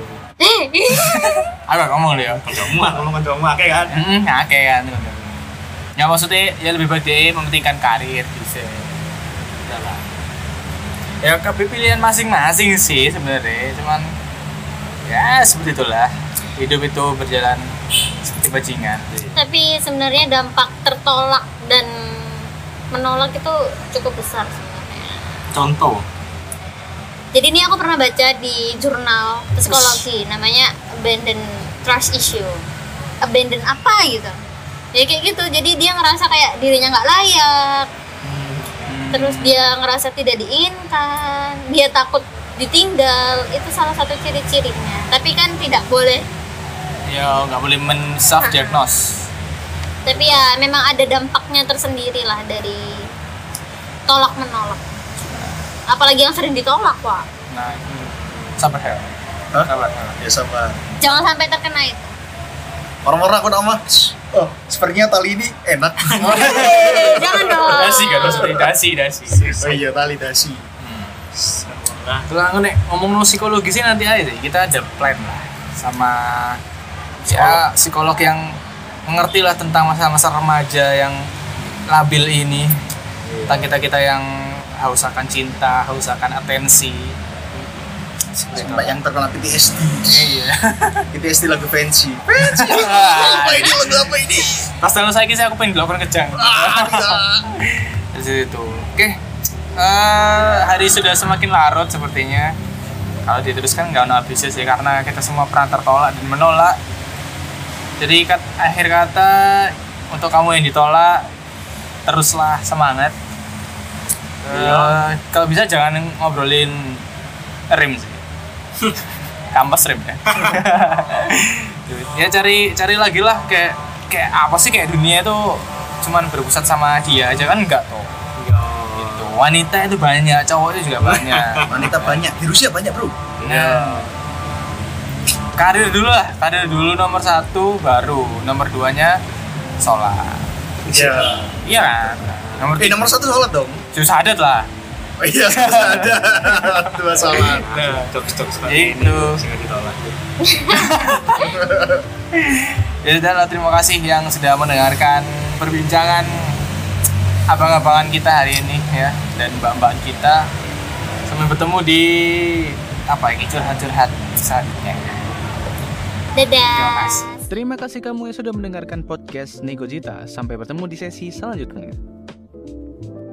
Speaker 6: Apa ngomong dia?
Speaker 5: Kancamu ngomong kancamu akeh kan.
Speaker 6: Akeh kan. Ya maksudnya ya lebih baik dia mementingkan karir bisa. Udahlah. Ya kabeh pilihan masing-masing sih sebenarnya, cuman ya seperti itulah. Hidup itu berjalan seperti bajingan.
Speaker 4: Tapi sebenarnya dampak tertolak dan menolak itu cukup besar sebenarnya.
Speaker 5: Contoh.
Speaker 4: Jadi ini aku pernah baca di jurnal psikologi namanya abandon trust issue. Abandon apa gitu. Ya kayak gitu. Jadi dia ngerasa kayak dirinya nggak layak. Terus dia ngerasa tidak diinginkan, dia takut ditinggal, itu salah satu ciri-cirinya. Tapi kan tidak boleh.
Speaker 6: Ya nggak boleh men-self diagnose.
Speaker 4: Tapi ya memang ada dampaknya tersendiri lah dari tolak menolak. Apalagi yang sering ditolak, Wak.
Speaker 6: Nah, sabar ya.
Speaker 3: Hah?
Speaker 6: Sabar.
Speaker 3: Ya sama.
Speaker 4: Jangan sampai terkena itu.
Speaker 3: Orang-orang aku nama. Oh, sepertinya tali ini enak.
Speaker 4: Jangan dong.
Speaker 6: Dasi kan maksudnya dasi.
Speaker 3: Oh iya, tali dasi.
Speaker 5: Nah,
Speaker 6: Terus aku nek ngomong psikologi sih nanti aja sih. Kita ada plan lah sama ya psikolog yang mengerti lah tentang masa-masa remaja yang labil ini. Tentang kita yang haus akan cinta, haus akan atensi.
Speaker 3: Sampai yang terkena PTSD.
Speaker 6: Iya.
Speaker 3: PTSD lagu fancy. Apa ini lagu apa ini?
Speaker 6: Pas tahun saya kisah aku pengen dilakukan kejang. Dari situ. Oke. Hari sudah semakin larut sepertinya. Kalau diteruskan nggak ada habisnya sih karena kita semua pernah tertolak dan menolak. Jadi akhir kata untuk kamu yang ditolak teruslah semangat. Kalau bisa jangan ngobrolin rim sih. Kampus rim ya. Ya cari lagi lah kayak apa sih kayak dunia itu cuman berpusat sama dia aja kan enggak toh. Gitu. Wanita itu banyak, cowok itu juga banyak.
Speaker 3: Wanita banyak, di Rusia banyak, Bro.
Speaker 6: Nah, karir dulu nomor 1, baru nomor 2-nya sholat.
Speaker 3: Iya.
Speaker 6: Iya kan?
Speaker 3: Nomor 1 sholat dong.
Speaker 6: Sadat lah.
Speaker 3: Oh iya, ada. 2 sholat.
Speaker 6: Nah,
Speaker 5: jokes
Speaker 6: itu.
Speaker 5: Sehingga ditolak.
Speaker 6: Ya sudah, terima kasih yang sudah mendengarkan perbincangan abang-abangan kita hari ini ya dan mbak-mbak kita. Sampai bertemu di curhat-curhat selanjutnya.
Speaker 4: Dadah.
Speaker 6: Terima kasih.
Speaker 2: Terima kasih kamu yang sudah mendengarkan podcast Nego Jita. Sampai bertemu di sesi selanjutnya.